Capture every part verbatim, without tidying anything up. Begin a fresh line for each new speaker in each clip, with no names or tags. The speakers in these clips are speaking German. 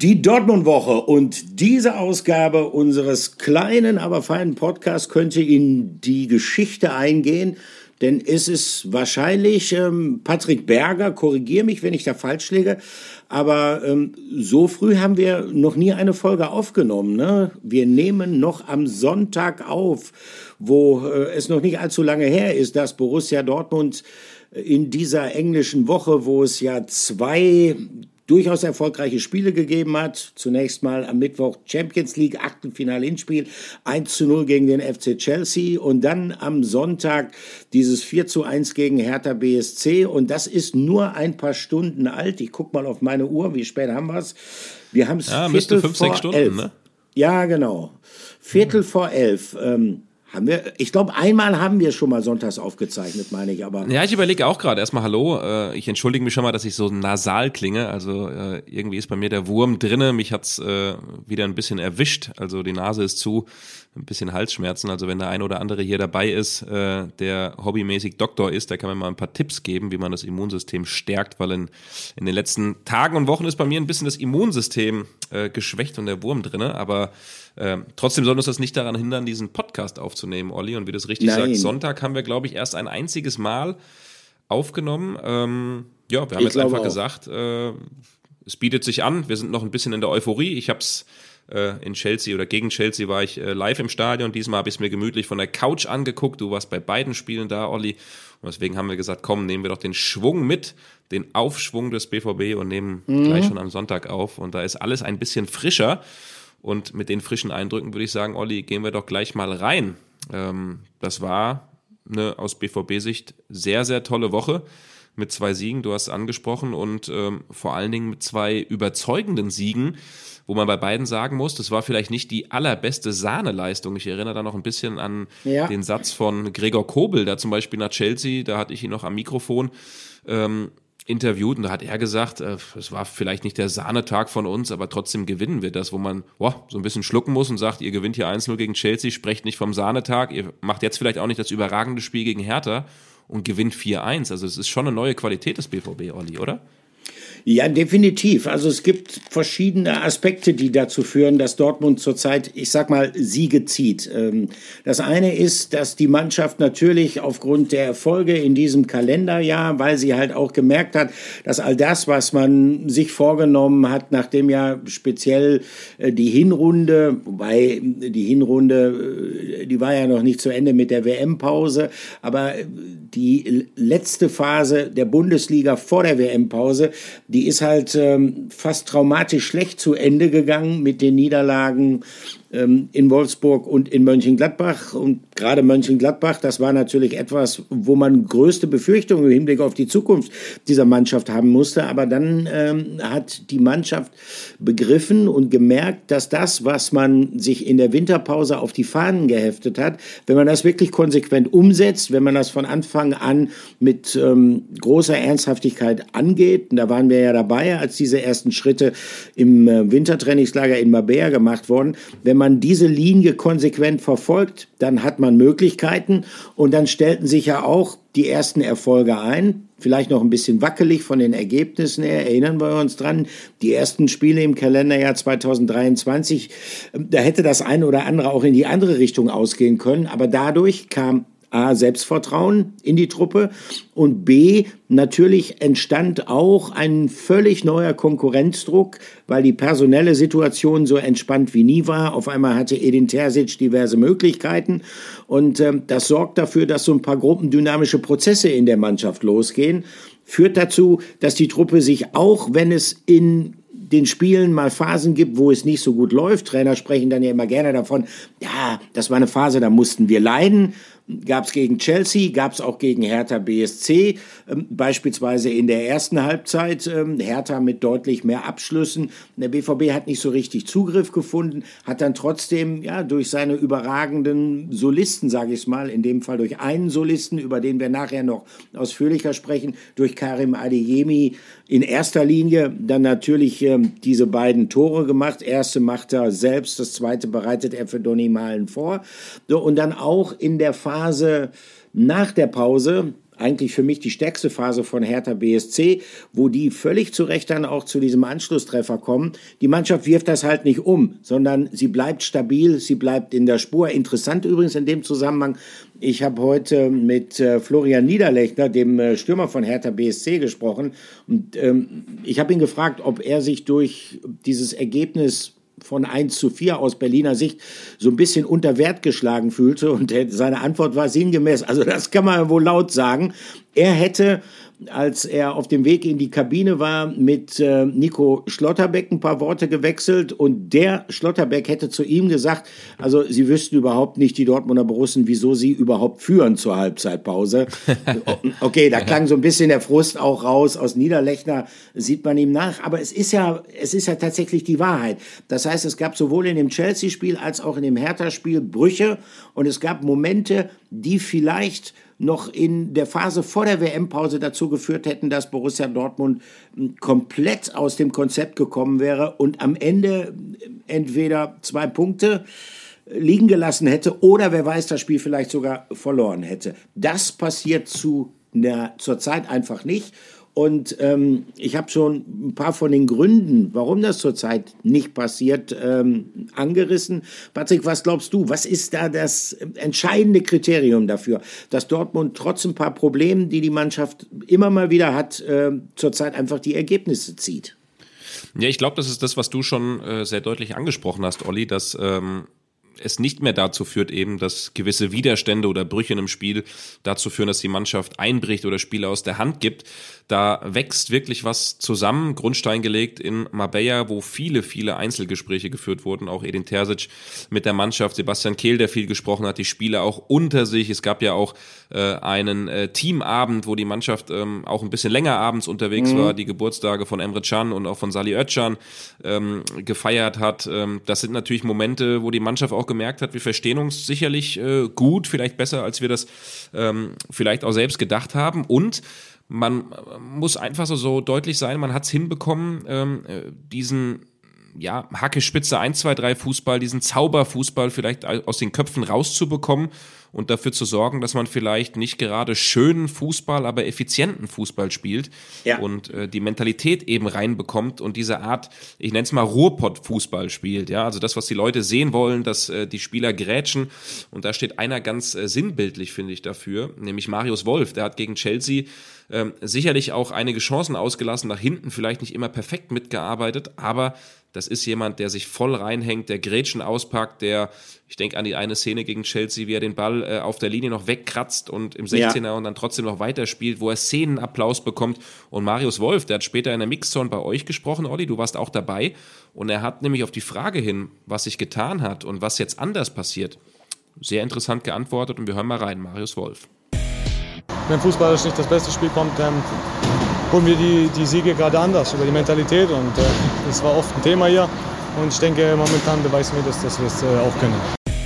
Die Dortmund-Woche und diese Ausgabe unseres kleinen, aber feinen Podcasts könnte in die Geschichte eingehen, denn es ist wahrscheinlich ähm, Patrick Berger, korrigiere mich, wenn ich da falsch liege, aber ähm, so früh haben wir noch nie eine Folge aufgenommen, ne? Wir nehmen noch am Sonntag auf, wo äh, es noch nicht allzu lange her ist, dass Borussia Dortmund in dieser englischen Woche, wo es ja zwei durchaus erfolgreiche Spiele gegeben hat. Zunächst mal am Mittwoch Champions League, Achtelfinal-Hinspiel, eins zu null gegen den F C Chelsea und dann am Sonntag dieses vier zu eins gegen Hertha B S C und das ist nur ein paar Stunden alt. Ich guck mal auf meine Uhr, wie spät haben wir es? Wir haben es
ja, müsste fünf, sechs Stunden, elf. Ne?
Ja, genau. Viertel hm. vor elf. Ähm, Haben wir, ich glaube, einmal haben wir schon mal sonntags aufgezeichnet, meine ich. Aber
ja, ich überlege auch gerade. Erstmal hallo. Äh, ich entschuldige mich schon mal, dass ich so nasal klinge. Also äh, irgendwie ist bei mir der Wurm drinne. Mich hat's äh, wieder ein bisschen erwischt. Also die Nase ist zu, ein bisschen Halsschmerzen. Also wenn der ein oder andere hier dabei ist, äh, der hobbymäßig Doktor ist, der kann mir mal ein paar Tipps geben, wie man das Immunsystem stärkt. Weil in, in den letzten Tagen und Wochen ist bei mir ein bisschen das Immunsystem äh, geschwächt und der Wurm drinne. Aber Ähm, trotzdem soll uns das nicht daran hindern, diesen Podcast aufzunehmen, Olli. Und wie du es richtig sagst, Sonntag haben wir, glaube ich, erst ein einziges Mal aufgenommen. Ähm, ja, wir haben ich jetzt einfach auch. gesagt, äh, es bietet sich an. Wir sind noch ein bisschen in der Euphorie. Ich habe es äh, in Chelsea oder gegen Chelsea war ich äh, live im Stadion. Diesmal habe ich es mir gemütlich von der Couch angeguckt. Du warst bei beiden Spielen da, Olli. Und deswegen haben wir gesagt, komm, nehmen wir doch den Schwung mit, den Aufschwung des B V B und nehmen mhm. gleich schon am Sonntag auf. Und da ist alles ein bisschen frischer. Und mit den frischen Eindrücken würde ich sagen, Olli, gehen wir doch gleich mal rein. Ähm, das war eine aus B V B-Sicht sehr, sehr tolle Woche mit zwei Siegen, du hast es angesprochen, und ähm, vor allen Dingen mit zwei überzeugenden Siegen, wo man bei beiden sagen muss, das war vielleicht nicht die allerbeste Sahneleistung. Ich erinnere da noch ein bisschen an ja. den Satz von Gregor Kobel, da zum Beispiel nach Chelsea, da hatte ich ihn noch am Mikrofon, ähm, interviewt und da hat er gesagt, äh, es war vielleicht nicht der Sahnetag von uns, aber trotzdem gewinnen wir das, wo man boah, so ein bisschen schlucken muss und sagt, ihr gewinnt hier eins null gegen Chelsea, sprecht nicht vom Sahnetag, ihr macht jetzt vielleicht auch nicht das überragende Spiel gegen Hertha und gewinnt vier eins. Also es ist schon eine neue Qualität des B V B, Olli, oder?
Ja, definitiv. Also es gibt verschiedene Aspekte, die dazu führen, dass Dortmund zurzeit, ich sag mal, Siege zieht. Das eine ist, dass die Mannschaft natürlich aufgrund der Erfolge in diesem Kalenderjahr, weil sie halt auch gemerkt hat, dass all das, was man sich vorgenommen hat, nachdem ja speziell die Hinrunde, wobei die Hinrunde, die war ja noch nicht zu Ende mit der W M-Pause, aber die letzte Phase der Bundesliga vor der W M-Pause, die ist halt ähm, fast traumatisch schlecht zu Ende gegangen mit den Niederlagen ähm, in Wolfsburg und in Mönchengladbach. Und gerade Mönchengladbach, das war natürlich etwas, wo man größte Befürchtungen im Hinblick auf die Zukunft dieser Mannschaft haben musste. Aber dann ähm, hat die Mannschaft begriffen und gemerkt, dass das, was man sich in der Winterpause auf die Fahnen geheftet hat, wenn man das wirklich konsequent umsetzt, wenn man das von Anfang an mit ähm, großer Ernsthaftigkeit angeht, und da waren wir ja dabei, als diese ersten Schritte im äh, Wintertrainingslager in Marbella gemacht wurden, wenn man diese Linie konsequent verfolgt, dann hat man Möglichkeiten und dann stellten sich ja auch die ersten Erfolge ein, vielleicht noch ein bisschen wackelig von den Ergebnissen her, erinnern wir uns dran, die ersten Spiele im Kalenderjahr zwanzig dreiundzwanzig, da hätte das eine oder andere auch in die andere Richtung ausgehen können, aber dadurch kam A, Selbstvertrauen in die Truppe und B, natürlich entstand auch ein völlig neuer Konkurrenzdruck, weil die personelle Situation so entspannt wie nie war. Auf einmal hatte Edin Terzic diverse Möglichkeiten und äh, das sorgt dafür, dass so ein paar gruppendynamische Prozesse in der Mannschaft losgehen. Führt dazu, dass die Truppe sich auch, wenn es in den Spielen mal Phasen gibt, wo es nicht so gut läuft. Trainer sprechen dann ja immer gerne davon, ja, das war eine Phase, da mussten wir leiden. Gab es gegen Chelsea, gab es auch gegen Hertha B S C, ähm, beispielsweise in der ersten Halbzeit. Ähm, Hertha mit deutlich mehr Abschlüssen. Der B V B hat nicht so richtig Zugriff gefunden, hat dann trotzdem ja durch seine überragenden Solisten, sage ich mal, in dem Fall durch einen Solisten, über den wir nachher noch ausführlicher sprechen, durch Karim Adeyemi in erster Linie dann natürlich ähm, diese beiden Tore gemacht. Erste macht er selbst, das zweite bereitet er für Donny Malen vor. So, und dann auch in der Phase nach der Pause, eigentlich für mich die stärkste Phase von Hertha B S C, wo die völlig zu Recht dann auch zu diesem Anschlusstreffer kommen. Die Mannschaft wirft das halt nicht um, sondern sie bleibt stabil, sie bleibt in der Spur. Interessant übrigens in dem Zusammenhang, ich habe heute mit äh, Florian Niederlechner, dem äh, Stürmer von Hertha B S C, gesprochen. Und ähm, ich habe ihn gefragt, ob er sich durch dieses Ergebnis von eins zu vier aus Berliner Sicht so ein bisschen unter Wert geschlagen fühlte. Und er, seine Antwort war sinngemäß, also das kann man wohl laut sagen. Er hätte, als er auf dem Weg in die Kabine war, mit äh, Nico Schlotterbeck ein paar Worte gewechselt und der Schlotterbeck hätte zu ihm gesagt, also sie wüssten überhaupt nicht, die Dortmunder Borussen, wieso sie überhaupt führen zur Halbzeitpause. Okay, da klang so ein bisschen der Frust auch raus. Aus Niederlechner sieht man ihm nach. Aber es ist ja, es ist ja tatsächlich die Wahrheit. Das heißt, es gab sowohl in dem Chelsea-Spiel als auch in dem Hertha-Spiel Brüche und es gab Momente, die vielleicht noch in der Phase vor der W M-Pause dazu geführt hätten, dass Borussia Dortmund komplett aus dem Konzept gekommen wäre und am Ende entweder zwei Punkte liegen gelassen hätte oder wer weiß, das Spiel vielleicht sogar verloren hätte. Das passiert zu na, zur Zeit einfach nicht. Und ähm, ich habe schon ein paar von den Gründen, warum das zurzeit nicht passiert, ähm, angerissen. Patrick, was glaubst du? Was ist da das entscheidende Kriterium dafür, dass Dortmund trotz ein paar Problemen, die die Mannschaft immer mal wieder hat, äh, zurzeit einfach die Ergebnisse zieht?
Ja, ich glaube, das ist das, was du schon äh, sehr deutlich angesprochen hast, Olli, dass ähm es nicht mehr dazu führt eben, dass gewisse Widerstände oder Brüche in einem Spiel dazu führen, dass die Mannschaft einbricht oder Spiele aus der Hand gibt. Da wächst wirklich was zusammen, Grundstein gelegt in Marbella, wo viele, viele Einzelgespräche geführt wurden, auch Edin Terzic mit der Mannschaft, Sebastian Kehl, der viel gesprochen hat, die Spieler auch unter sich. Es gab ja auch äh, einen äh, Teamabend, wo die Mannschaft ähm, auch ein bisschen länger abends unterwegs mhm. war, die Geburtstage von Emre Can und auch von Salih Özcan ähm, gefeiert hat. Ähm, das sind natürlich Momente, wo die Mannschaft auch gemerkt hat, wir verstehen uns sicherlich äh, gut, vielleicht besser, als wir das ähm, vielleicht auch selbst gedacht haben. Und man muss einfach so, so deutlich sein, man hat es hinbekommen, ähm, diesen ja, Hacke, Spitze, eins, zwei, drei Fußball, diesen Zauberfußball vielleicht aus den Köpfen rauszubekommen und dafür zu sorgen, dass man vielleicht nicht gerade schönen Fußball, aber effizienten Fußball spielt ja. und äh, die Mentalität eben reinbekommt und diese Art, ich nenne es mal Ruhrpott-Fußball spielt, ja, also das, was die Leute sehen wollen, dass äh, die Spieler grätschen und da steht einer ganz äh, sinnbildlich, finde ich, dafür, nämlich Marius Wolf, der hat gegen Chelsea ähm, sicherlich auch einige Chancen ausgelassen, nach hinten vielleicht nicht immer perfekt mitgearbeitet, aber das ist jemand, der sich voll reinhängt, der Grätschen auspackt, der, ich denke an die eine Szene gegen Chelsea, wie er den Ball äh, auf der Linie noch wegkratzt und im sechzehner ja. und dann trotzdem noch weiterspielt, wo er Szenenapplaus bekommt. Und Marius Wolf, der hat später in der Mixzone bei euch gesprochen, Olli, du warst auch dabei. Und er hat nämlich auf die Frage hin, was sich getan hat und was jetzt anders passiert, sehr interessant geantwortet. Und wir hören mal rein, Marius Wolf.
Wenn fußballerisch nicht das beste Spiel kommt, dann holen wir die, die Siege gerade anders, über die Mentalität. Und äh, das war oft ein Thema hier. Und ich denke, momentan beweisen wir das, dass wir es äh, auch können.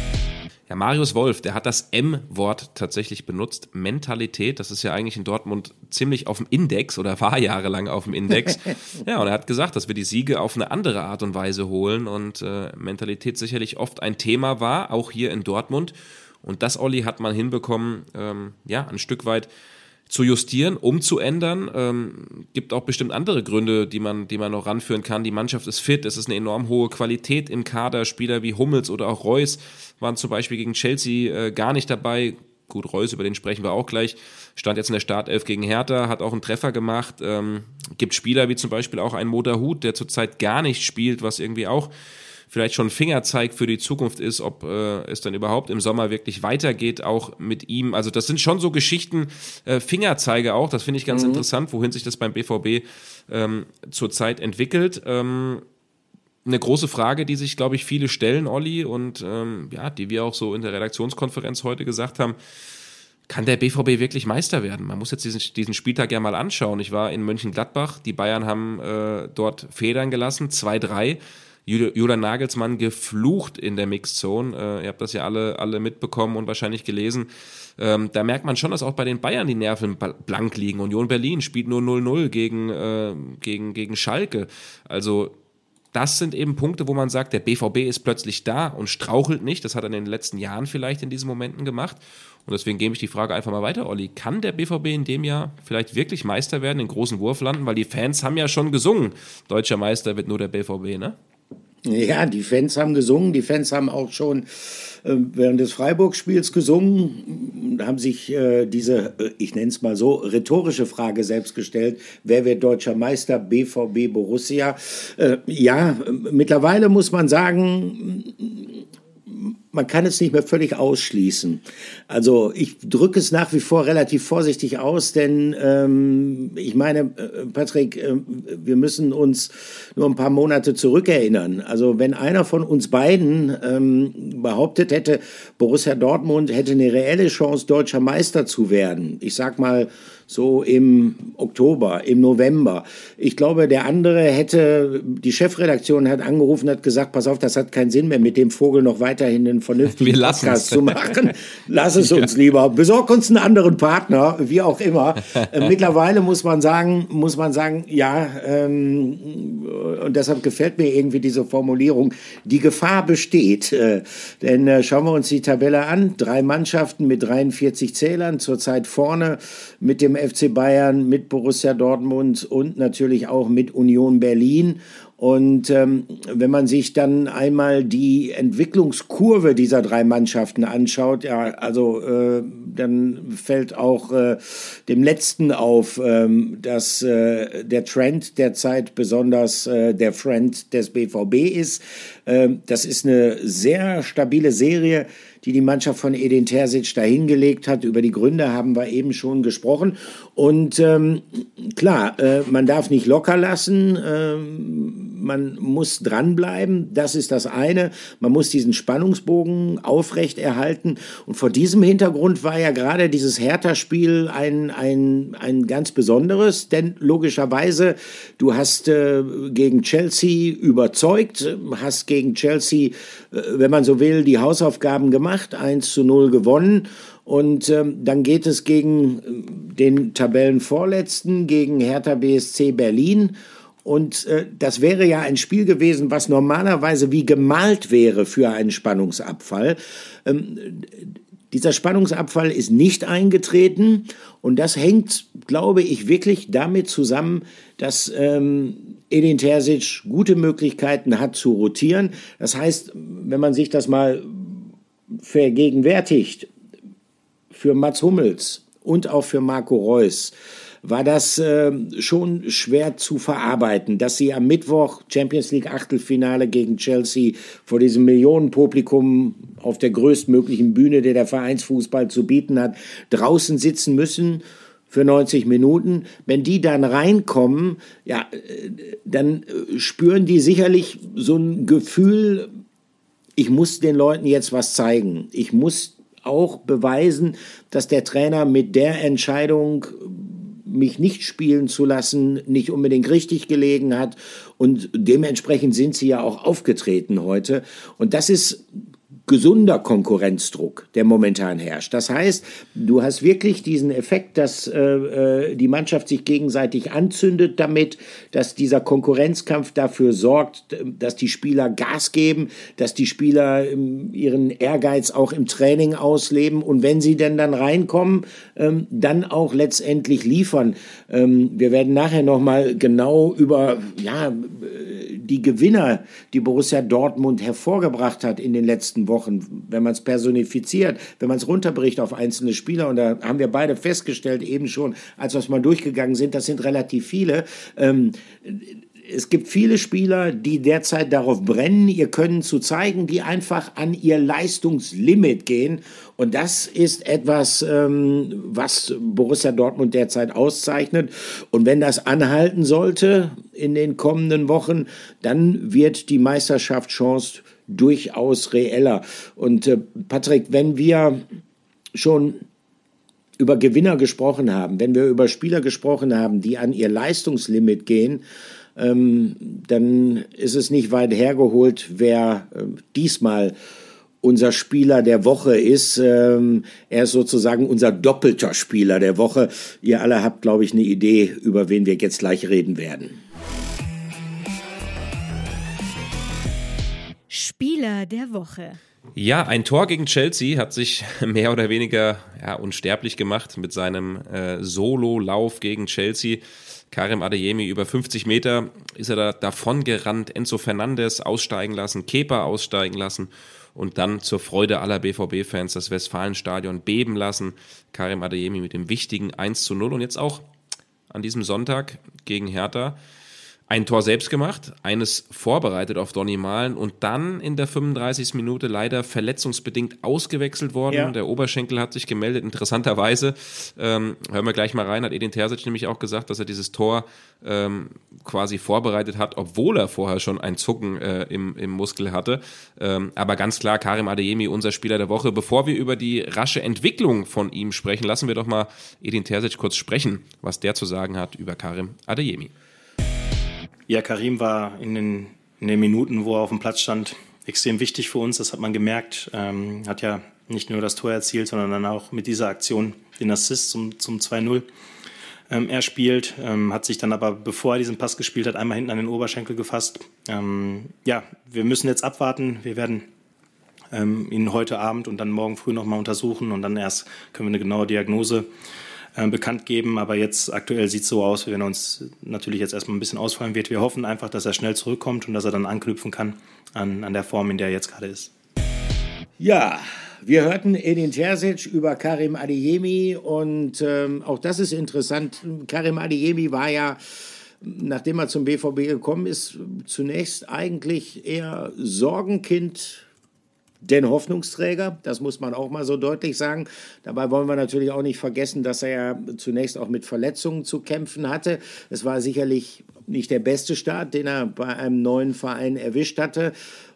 Ja, Marius Wolf, der hat das M-Wort tatsächlich benutzt, Mentalität. Das ist ja eigentlich in Dortmund ziemlich auf dem Index oder war jahrelang auf dem Index. Ja, und er hat gesagt, dass wir die Siege auf eine andere Art und Weise holen und äh, Mentalität sicherlich oft ein Thema war, auch hier in Dortmund. Und das, Olli, hat man hinbekommen, ähm, ja, ein Stück weit zu justieren, umzuändern. Ähm, gibt auch bestimmt andere Gründe, die man, die man noch ranführen kann. Die Mannschaft ist fit, es ist eine enorm hohe Qualität im Kader. Spieler wie Hummels oder auch Reus waren zum Beispiel gegen Chelsea äh, gar nicht dabei. Gut, Reus, über den sprechen wir auch gleich, stand jetzt in der Startelf gegen Hertha, hat auch einen Treffer gemacht. Ähm, gibt Spieler wie zum Beispiel auch einen Moderhut, der zurzeit gar nicht spielt, was irgendwie auch vielleicht schon ein Fingerzeig für die Zukunft ist, ob äh, es dann überhaupt im Sommer wirklich weitergeht, auch mit ihm. Also das sind schon so Geschichten, äh, Fingerzeige auch, das finde ich ganz mhm. interessant, wohin sich das beim B V B ähm, zurzeit entwickelt. Ähm, eine große Frage, die sich, glaube ich, viele stellen, Olli, und ähm, ja, die wir auch so in der Redaktionskonferenz heute gesagt haben, kann der B V B wirklich Meister werden? Man muss jetzt diesen, diesen Spieltag ja mal anschauen. Ich war in Mönchengladbach, die Bayern haben äh, dort Federn gelassen, zwei drei. Julian Nagelsmann geflucht in der Mixzone. Äh, ihr habt das ja alle, alle mitbekommen und wahrscheinlich gelesen. Ähm, da merkt man schon, dass auch bei den Bayern die Nerven blank liegen. Union Berlin spielt nur null null gegen, äh, gegen, gegen Schalke. Also das sind eben Punkte, wo man sagt, der B V B ist plötzlich da und strauchelt nicht. Das hat er in den letzten Jahren vielleicht in diesen Momenten gemacht. Und deswegen gebe ich die Frage einfach mal weiter, Olli. Kann der B V B in dem Jahr vielleicht wirklich Meister werden, den großen Wurf landen? Weil die Fans haben ja schon gesungen, deutscher Meister wird nur der B V B, ne?
Ja, die Fans haben gesungen, die Fans haben auch schon äh, während des Freiburg-Spiels gesungen, haben sich äh, diese, äh, ich nenne es mal so, rhetorische Frage selbst gestellt, wer wird deutscher Meister, B V B, Borussia? Äh, ja, mittlerweile muss man sagen, man kann es nicht mehr völlig ausschließen. Also ich drücke es nach wie vor relativ vorsichtig aus, denn ähm, ich meine, Patrick, äh, wir müssen uns nur ein paar Monate zurückerinnern. Also wenn einer von uns beiden ähm, behauptet hätte, Borussia Dortmund hätte eine reelle Chance, deutscher Meister zu werden, ich sag mal so im Oktober, im November. Ich glaube, der andere hätte, die Chefredaktion hat angerufen, hat gesagt, pass auf, das hat keinen Sinn mehr, mit dem Vogel noch weiterhin einen vernünftigen Podcast zu machen. Lass es uns ja. lieber. Besorg uns einen anderen Partner, wie auch immer. Äh, mittlerweile muss man sagen, muss man sagen, ja, ähm, und deshalb gefällt mir irgendwie diese Formulierung, die Gefahr besteht. Äh, denn äh, schauen wir uns die Tabelle an. Drei Mannschaften mit dreiundvierzig Zählern, zurzeit vorne mit dem F C Bayern, mit Borussia Dortmund und natürlich auch mit Union Berlin. Und ähm, wenn man sich dann einmal die Entwicklungskurve dieser drei Mannschaften anschaut, ja, also äh, dann fällt auch äh, dem Letzten auf, ähm, dass äh, der Trend derzeit besonders äh, der Friend des B V B ist. Ähm, das ist eine sehr stabile Serie, die die Mannschaft von Edin Terzic dahingelegt hat. Über die Gründe haben wir eben schon gesprochen. Und ähm, klar, äh, man darf nicht locker lassen, ähm, man muss dranbleiben, das ist das eine. Man muss diesen Spannungsbogen aufrechterhalten. Und vor diesem Hintergrund war ja gerade dieses Hertha-Spiel ein, ein, ein ganz besonderes, denn logischerweise, du hast äh, gegen Chelsea überzeugt, hast gegen Chelsea, äh, wenn man so will, die Hausaufgaben gemacht, eins zu null gewonnen. Und ähm, dann geht es gegen den Tabellenvorletzten, gegen Hertha B S C Berlin. Und äh, das wäre ja ein Spiel gewesen, was normalerweise wie gemalt wäre für einen Spannungsabfall. Ähm, dieser Spannungsabfall ist nicht eingetreten. Und das hängt, glaube ich, wirklich damit zusammen, dass ähm, Edin Terzic gute Möglichkeiten hat zu rotieren. Das heißt, wenn man sich das mal vergegenwärtigt, für Mats Hummels und auch für Marco Reus war das äh, schon schwer zu verarbeiten, dass sie am Mittwoch Champions League Achtelfinale gegen Chelsea vor diesem Millionenpublikum auf der größtmöglichen Bühne, der der Vereinsfußball zu bieten hat, draußen sitzen müssen für neunzig Minuten. Wenn die dann reinkommen, ja, dann spüren die sicherlich so ein Gefühl, ich muss den Leuten jetzt was zeigen. Ich muss auch beweisen, dass der Trainer mit der Entscheidung, mich nicht spielen zu lassen, nicht unbedingt richtig gelegen hat. Und dementsprechend sind sie ja auch aufgetreten heute. Und das ist gesunder Konkurrenzdruck, der momentan herrscht. Das heißt, du hast wirklich diesen Effekt, dass äh, die Mannschaft sich gegenseitig anzündet damit, dass dieser Konkurrenzkampf dafür sorgt, dass die Spieler Gas geben, dass die Spieler ähm, ihren Ehrgeiz auch im Training ausleben und wenn sie denn dann reinkommen, ähm, dann auch letztendlich liefern. Ähm, wir werden nachher nochmal genau über ja, die Gewinner, die Borussia Dortmund hervorgebracht hat in den letzten Wochen, wenn man es personifiziert, wenn man es runterbricht auf einzelne Spieler, und da haben wir beide festgestellt, eben schon, als wir es mal durchgegangen sind, das sind relativ viele. Ähm, es gibt viele Spieler, die derzeit darauf brennen, ihr Können zu zeigen, die einfach an ihr Leistungslimit gehen. Und das ist etwas, ähm, was Borussia Dortmund derzeit auszeichnet. Und wenn das anhalten sollte in den kommenden Wochen, dann wird die Meisterschaftschance durchaus reeller. Und äh, Patrick, wenn wir schon über Gewinner gesprochen haben, wenn wir über Spieler gesprochen haben, die an ihr Leistungslimit gehen, ähm, dann ist es nicht weit hergeholt, wer äh, diesmal unser Spieler der Woche ist. Ähm, er ist sozusagen unser doppelter Spieler der Woche. Ihr alle habt, glaube ich, eine Idee, über wen wir jetzt gleich reden werden.
Spieler der Woche.
Ja, ein Tor gegen Chelsea hat sich mehr oder weniger ja, unsterblich gemacht mit seinem äh, Solo-Lauf gegen Chelsea. Karim Adeyemi über fünfzig Meter ist er da davon gerannt, Enzo Fernandes aussteigen lassen, Kepa aussteigen lassen und dann zur Freude aller B V B-Fans das Westfalenstadion beben lassen. Karim Adeyemi mit dem wichtigen eins zu null und jetzt auch an diesem Sonntag gegen Hertha ein Tor selbst gemacht, eines vorbereitet auf Donny Malen und dann in der fünfunddreißigsten Minute leider verletzungsbedingt ausgewechselt worden. Ja. Der Oberschenkel hat sich gemeldet, interessanterweise. Ähm, hören wir gleich mal rein, hat Edin Terzic nämlich auch gesagt, dass er dieses Tor ähm, quasi vorbereitet hat, obwohl er vorher schon ein Zucken äh, im, im Muskel hatte. Ähm, aber ganz klar, Karim Adeyemi, unser Spieler der Woche. Bevor wir über die rasche Entwicklung von ihm sprechen, lassen wir doch mal Edin Terzic kurz sprechen, was der zu sagen hat über Karim Adeyemi.
Ja, Karim war in den, in den Minuten, wo er auf dem Platz stand, extrem wichtig für uns. Das hat man gemerkt. Ähm, hat ja nicht nur das Tor erzielt, sondern dann auch mit dieser Aktion den Assist zum, zum zwei null ähm, erspielt. Ähm, hat sich dann aber, bevor er diesen Pass gespielt hat, einmal hinten an den Oberschenkel gefasst. Ähm, ja, wir müssen jetzt abwarten. Wir werden ähm, ihn heute Abend und dann morgen früh nochmal untersuchen und dann erst können wir eine genaue Diagnose bekannt geben, aber jetzt aktuell sieht es so aus, wie wenn er uns natürlich jetzt erstmal ein bisschen ausfallen wird. Wir hoffen einfach, dass er schnell zurückkommt und dass er dann anknüpfen kann an, an der Form, in der er jetzt gerade ist.
Ja, wir hörten Edin Terzic über Karim Adeyemi und ähm, auch das ist interessant. Karim Adeyemi war ja, nachdem er zum B V B gekommen ist, zunächst eigentlich eher Sorgenkind, denn Hoffnungsträger, das muss man auch mal so deutlich sagen. Dabei wollen wir natürlich auch nicht vergessen, dass er ja zunächst auch mit Verletzungen zu kämpfen hatte. Es war sicherlich nicht der beste Start, den er bei einem neuen Verein erwischt hatte.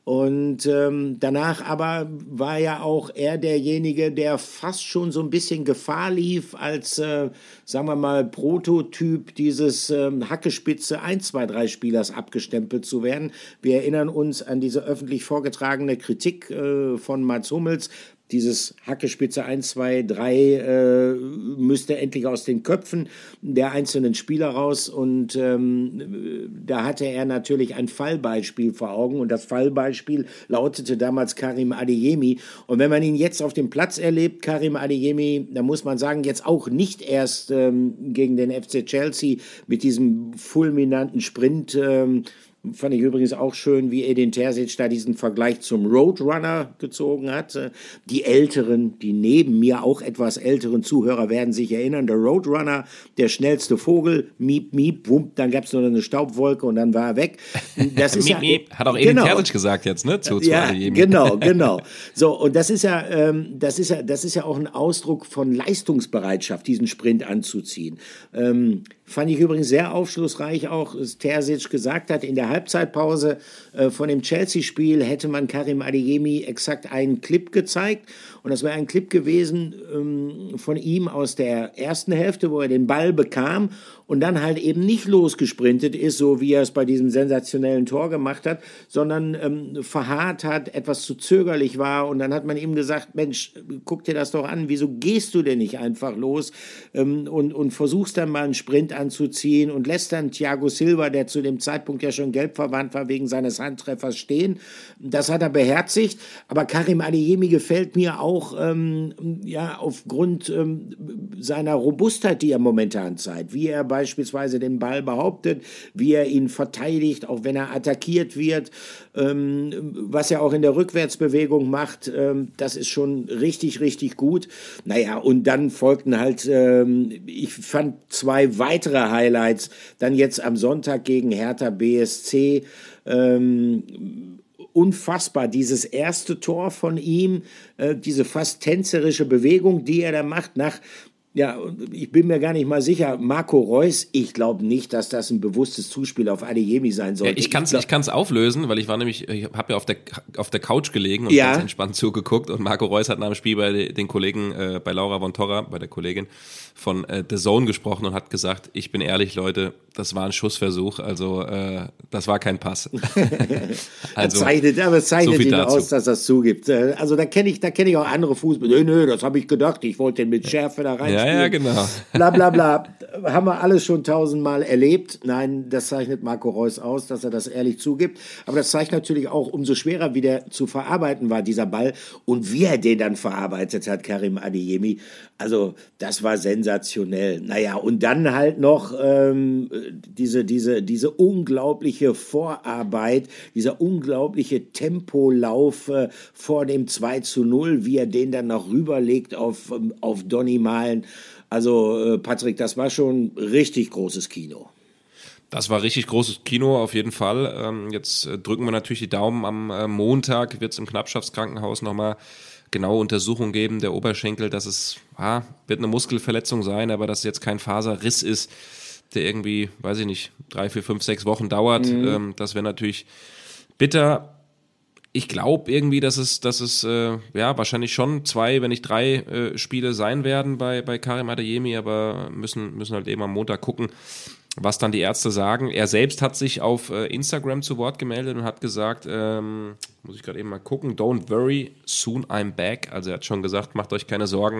Und ähm, danach aber war ja auch er derjenige, der fast schon so ein bisschen Gefahr lief, als, äh, sagen wir mal, Prototyp dieses ähm, Hackespitze eins zwei drei Spielers abgestempelt zu werden. Wir erinnern uns an diese öffentlich vorgetragene Kritik äh, von Mats Hummels. Dieses Hackespitze eins, zwei, drei äh, müsste endlich aus den Köpfen der einzelnen Spieler raus. Und ähm, da hatte er natürlich ein Fallbeispiel vor Augen. Und das Fallbeispiel lautete damals Karim Adeyemi. Und wenn man ihn jetzt auf dem Platz erlebt, Karim Adeyemi, dann muss man sagen, jetzt auch nicht erst ähm, gegen den F C Chelsea mit diesem fulminanten Sprint, ähm, fand ich übrigens auch schön, wie Edin Terzic da diesen Vergleich zum Roadrunner gezogen hat. Die älteren, die neben mir auch etwas älteren Zuhörer werden sich erinnern, der Roadrunner, der schnellste Vogel, miep, miep, wump, dann gab es nur eine Staubwolke und dann war er weg. Das ist
miep,
ja,
miep, hat auch Edin
genau.
Terzic gesagt jetzt, ne? Zu, zu
ja,
Adeyemi.
genau, genau. So, und das ist ja, ähm, das ist ja, das ist ja auch ein Ausdruck von Leistungsbereitschaft, diesen Sprint anzuziehen. Ähm, Fand ich übrigens sehr aufschlussreich auch, was Terzic gesagt hat, in der Halbzeitpause äh, von dem Chelsea-Spiel hätte man Karim Adeyemi exakt einen Clip gezeigt. Und das wäre ein Clip gewesen ähm, von ihm aus der ersten Hälfte, wo er den Ball bekam und dann halt eben nicht losgesprintet ist, so wie er es bei diesem sensationellen Tor gemacht hat, sondern ähm, verharrt hat, etwas zu zögerlich war. Und dann hat man ihm gesagt, Mensch, guck dir das doch an, wieso gehst du denn nicht einfach los ähm, und, und versuchst dann mal einen Sprint anzuziehen und lässt dann Thiago Silva, der zu dem Zeitpunkt ja schon gelb verwandt war, wegen seines Handtreffers stehen. Das hat er beherzigt. Aber Karim Adeyemi gefällt mir auch ähm, ja, aufgrund ähm, seiner Robustheit, die er momentan zeigt. Wie er beispielsweise den Ball behauptet, wie er ihn verteidigt, auch wenn er attackiert wird. Ähm, was er auch in der Rückwärtsbewegung macht, ähm, das ist schon richtig, richtig gut. Naja, und dann folgten halt, ähm, ich fand zwei weitere Highlights, dann jetzt am Sonntag gegen Hertha B S C, ähm, unfassbar, dieses erste Tor von ihm, äh, diese fast tänzerische Bewegung, die er da macht, nach, ja, ich bin mir gar nicht mal sicher, Marco Reus, ich glaube nicht, dass das ein bewusstes Zuspiel auf Adeyemi sein sollte.
Ich kann es ich kann's auflösen, weil ich war nämlich, ich habe ja auf der, auf der Couch gelegen und
ja.
ganz entspannt zugeguckt und Marco Reus hat nach dem Spiel bei den Kollegen, äh, bei Laura von Torra, bei der Kollegin von äh, The Zone gesprochen und hat gesagt, ich bin ehrlich, Leute, das war ein Schussversuch, also äh, das war kein Pass.
also, zeichnet, aber es zeichnet so ihn dazu aus, dass das zugibt. Also da kenne ich, da kenne ich auch andere Fußballer. Nö, nö, das habe ich gedacht, ich wollte den mit Schärfe da reinschieben.
Ja, ja, genau.
Bla bla bla. Haben wir alles schon tausendmal erlebt. Nein, das zeichnet Marco Reus aus, dass er das ehrlich zugibt. Aber das zeigt natürlich auch, umso schwerer wieder zu verarbeiten war, dieser Ball. Und wie er den dann verarbeitet hat, Karim Adeyemi. Also, das war sensationell. Naja, und dann halt noch ähm, diese, diese, diese unglaubliche Vorarbeit, dieser unglaubliche Tempolauf äh, vor dem zwei zu null, wie er den dann noch rüberlegt auf, auf Donny Malen. Also, äh, Patrick, das war schon richtig großes Kino.
Das war richtig großes Kino, auf jeden Fall. Ähm, jetzt äh, drücken wir natürlich die Daumen. Am äh, Montag wird es im Knappschaftskrankenhaus nochmal genaue Untersuchung geben, der Oberschenkel, dass es, ah, wird eine Muskelverletzung sein, aber dass es jetzt kein Faserriss ist, der irgendwie, weiß ich nicht, drei, vier, fünf, sechs Wochen dauert. Mhm. Ähm, das wäre natürlich bitter. Ich glaube irgendwie, dass es, dass es äh, ja wahrscheinlich schon zwei, wenn nicht drei äh, Spiele sein werden bei, bei Karim Adeyemi, aber müssen, müssen halt eben am Montag gucken, was dann die Ärzte sagen. Er selbst hat sich auf äh, Instagram zu Wort gemeldet und hat gesagt, ähm, muss ich gerade eben mal gucken, don't worry, soon I'm back. Also er hat schon gesagt, macht euch keine Sorgen,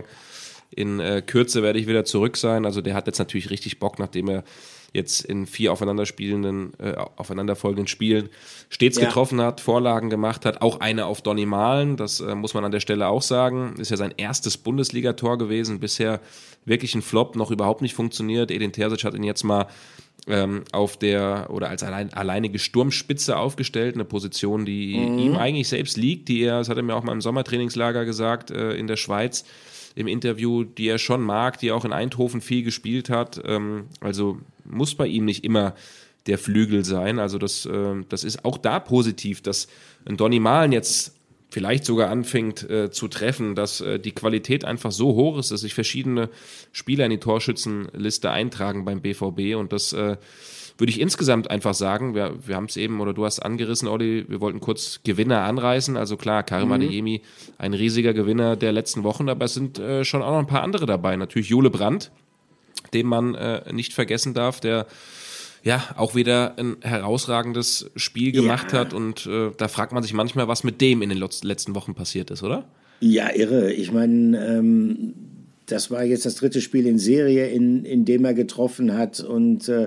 in äh, Kürze werde ich wieder zurück sein. Also der hat jetzt natürlich richtig Bock, nachdem er jetzt in vier aufeinanderspielenden, äh, aufeinanderfolgenden Spielen stets ja. getroffen hat, Vorlagen gemacht hat, auch eine auf Donny Malen, das äh, muss man an der Stelle auch sagen, ist ja sein erstes Bundesligator gewesen, bisher wirklich ein Flop, noch überhaupt nicht funktioniert. Edin Terzic hat ihn jetzt mal ähm, auf der, oder als allein, alleinige Sturmspitze aufgestellt, eine Position, die mhm. ihm eigentlich selbst liegt, die er, das hat er mir auch mal im Sommertrainingslager gesagt, äh, in der Schweiz, im Interview, die er schon mag, die er auch in Eindhoven viel gespielt hat. Ähm, also muss bei ihm nicht immer der Flügel sein. Also das, äh, das ist auch da positiv, dass ein Donny Malen jetzt vielleicht sogar anfängt äh, zu treffen, dass äh, die Qualität einfach so hoch ist, dass sich verschiedene Spieler in die Torschützenliste eintragen beim B V B. Und das äh, würde ich insgesamt einfach sagen, wir, wir haben es eben, oder du hast angerissen, Olli, wir wollten kurz Gewinner anreißen. Also klar, Karim mhm. Adeyemi, ein riesiger Gewinner der letzten Wochen, aber es sind äh, schon auch noch ein paar andere dabei. Natürlich Jule Brandt, den man äh, nicht vergessen darf, der ja auch wieder ein herausragendes Spiel gemacht ja. hat. Und äh, da fragt man sich manchmal, was mit dem in den letzten Wochen passiert ist, oder?
Ja, irre. Ich meine, ähm das war jetzt das dritte Spiel in Serie, in, in dem er getroffen hat. Und äh,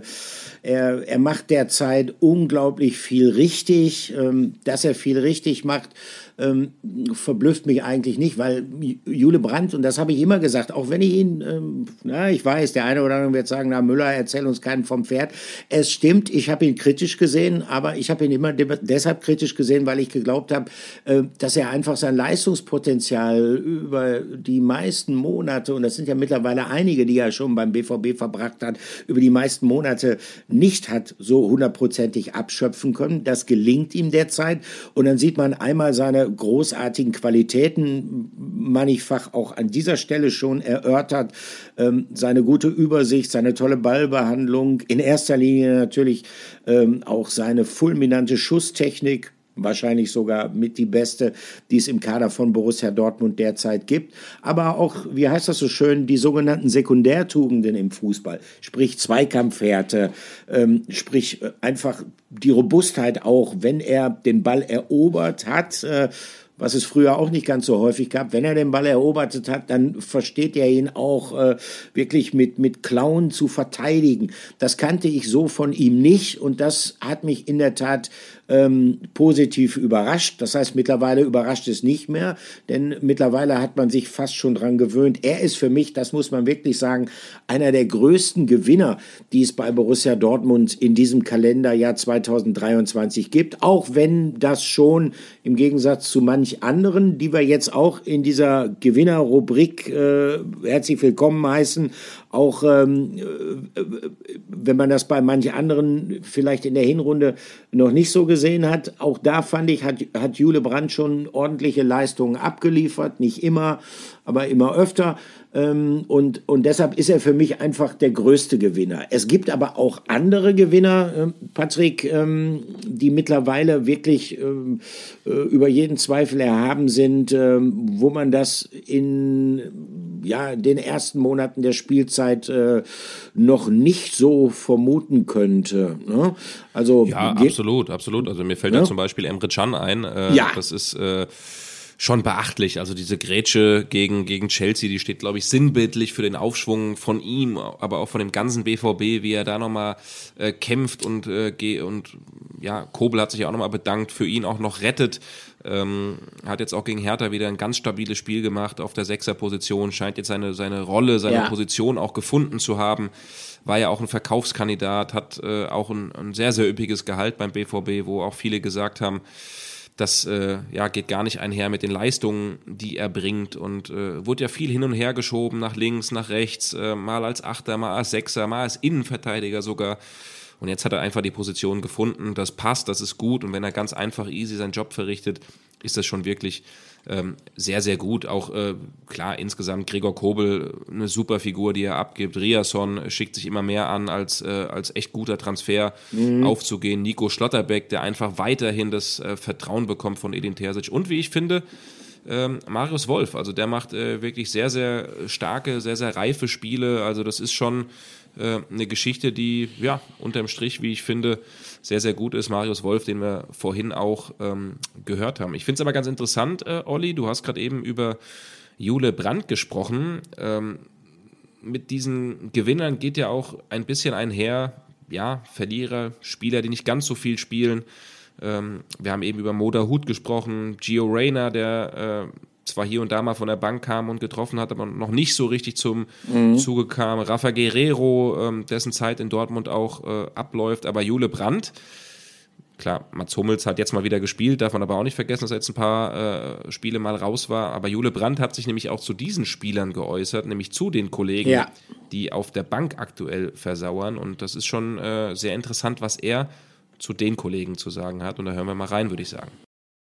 er, er macht derzeit unglaublich viel richtig. Ähm, dass er viel richtig macht, ähm, verblüfft mich eigentlich nicht, weil Jule Brandt, und das habe ich immer gesagt, auch wenn ich ihn, ähm, na, ich weiß, der eine oder andere wird sagen, na Müller, erzähl uns keinen vom Pferd. Es stimmt, ich habe ihn kritisch gesehen, aber ich habe ihn immer de- deshalb kritisch gesehen, weil ich geglaubt habe, äh, dass er einfach sein Leistungspotenzial über die meisten Monate, und das sind ja mittlerweile einige, die er schon beim B V B verbracht hat, über die meisten Monate nicht hat so hundertprozentig abschöpfen können. Das gelingt ihm derzeit. Und dann sieht man einmal seine großartigen Qualitäten, mannigfach auch an dieser Stelle schon erörtert, ähm, seine gute Übersicht, seine tolle Ballbehandlung, in erster Linie natürlich ähm, auch seine fulminante Schusstechnik, wahrscheinlich sogar mit die beste, die es im Kader von Borussia Dortmund derzeit gibt. Aber auch, wie heißt das so schön, die sogenannten Sekundärtugenden im Fußball. Sprich Zweikampfhärte, ähm, sprich einfach die Robustheit auch, wenn er den Ball erobert hat, äh, was es früher auch nicht ganz so häufig gab. Wenn er den Ball erobert hat, dann versteht er ihn auch äh, wirklich mit, mit Klauen zu verteidigen. Das kannte ich so von ihm nicht und das hat mich in der Tat ähm, positiv überrascht. Das heißt, mittlerweile überrascht es nicht mehr, denn mittlerweile hat man sich fast schon dran gewöhnt. Er ist für mich, das muss man wirklich sagen, einer der größten Gewinner, die es bei Borussia Dortmund in diesem Kalenderjahr zweitausenddreiundzwanzig gibt, auch wenn das schon im Gegensatz zu manch anderen, die wir jetzt auch in dieser Gewinnerrubrik äh, herzlich willkommen heißen, auch ähm, äh, wenn man das bei manch anderen vielleicht in der Hinrunde noch nicht so gesehen hat, auch da fand ich, hat, hat Jule Brandt schon ordentliche Leistungen abgeliefert, nicht immer, aber immer öfter. Ähm, und, und deshalb ist er für mich einfach der größte Gewinner. Es gibt aber auch andere Gewinner, äh, Patrick, ähm, die mittlerweile wirklich ähm, äh, über jeden Zweifel erhaben sind, ähm, wo man das in ja, den ersten Monaten der Spielzeit äh, noch nicht so vermuten könnte. Ne? Also,
ja, absolut, absolut. Also mir fällt ja, ja zum Beispiel Emre Can ein. Äh,
ja.
Das ist... Äh, schon beachtlich. Also diese Grätsche gegen, gegen Chelsea, die steht, glaube ich, sinnbildlich für den Aufschwung von ihm, aber auch von dem ganzen B V B, wie er da nochmal äh, kämpft und, äh, und ja, Kobel hat sich ja auch nochmal bedankt, für ihn auch noch rettet. Ähm, hat jetzt auch gegen Hertha wieder ein ganz stabiles Spiel gemacht auf der Sechserposition, scheint jetzt seine, seine Rolle, seine ja. Position auch gefunden zu haben. War ja auch ein Verkaufskandidat, hat äh, auch ein, ein sehr, sehr üppiges Gehalt beim B V B, wo auch viele gesagt haben, das äh, ja, geht gar nicht einher mit den Leistungen, die er bringt, und äh, wurde ja viel hin und her geschoben, nach links, nach rechts, äh, mal als Achter, mal als Sechser, mal als Innenverteidiger sogar. Und jetzt hat er einfach die Position gefunden, das passt, das ist gut, und wenn er ganz einfach easy seinen Job verrichtet, ist das schon wirklich ähm, sehr, sehr gut. Auch äh, klar, insgesamt Gregor Kobel, eine super Figur, die er abgibt. Riasson schickt sich immer mehr an, als, äh, als echt guter Transfer mhm. aufzugehen. Nico Schlotterbeck, der einfach weiterhin das äh, Vertrauen bekommt von Edin Terzic. Und wie ich finde, ähm, Marius Wolf, also der macht äh, wirklich sehr, sehr starke, sehr, sehr reife Spiele. Also das ist schon äh, eine Geschichte, die ja unterm Strich, wie ich finde, sehr, sehr gut ist. Marius Wolf, den wir vorhin auch ähm, gehört haben. Ich finde es aber ganz interessant, äh, Olli, du hast gerade eben über Jule Brandt gesprochen. Ähm, mit diesen Gewinnern geht ja auch ein bisschen einher, ja, Verlierer, Spieler, die nicht ganz so viel spielen. Ähm, wir haben eben über Moda Hut gesprochen, Gio Reyna, der äh, zwar hier und da mal von der Bank kam und getroffen hat, aber noch nicht so richtig zum mhm. Zuge kam. Rafa Guerrero, ähm, dessen Zeit in Dortmund auch äh, abläuft, aber Jule Brandt, klar, Mats Hummels hat jetzt mal wieder gespielt, darf man aber auch nicht vergessen, dass er jetzt ein paar äh, Spiele mal raus war, aber Jule Brandt hat sich nämlich auch zu diesen Spielern geäußert, nämlich zu den Kollegen, ja. die auf der Bank aktuell versauern, und das ist schon äh, sehr interessant, was er zu den Kollegen zu sagen hat, und da hören wir mal rein, würde ich sagen.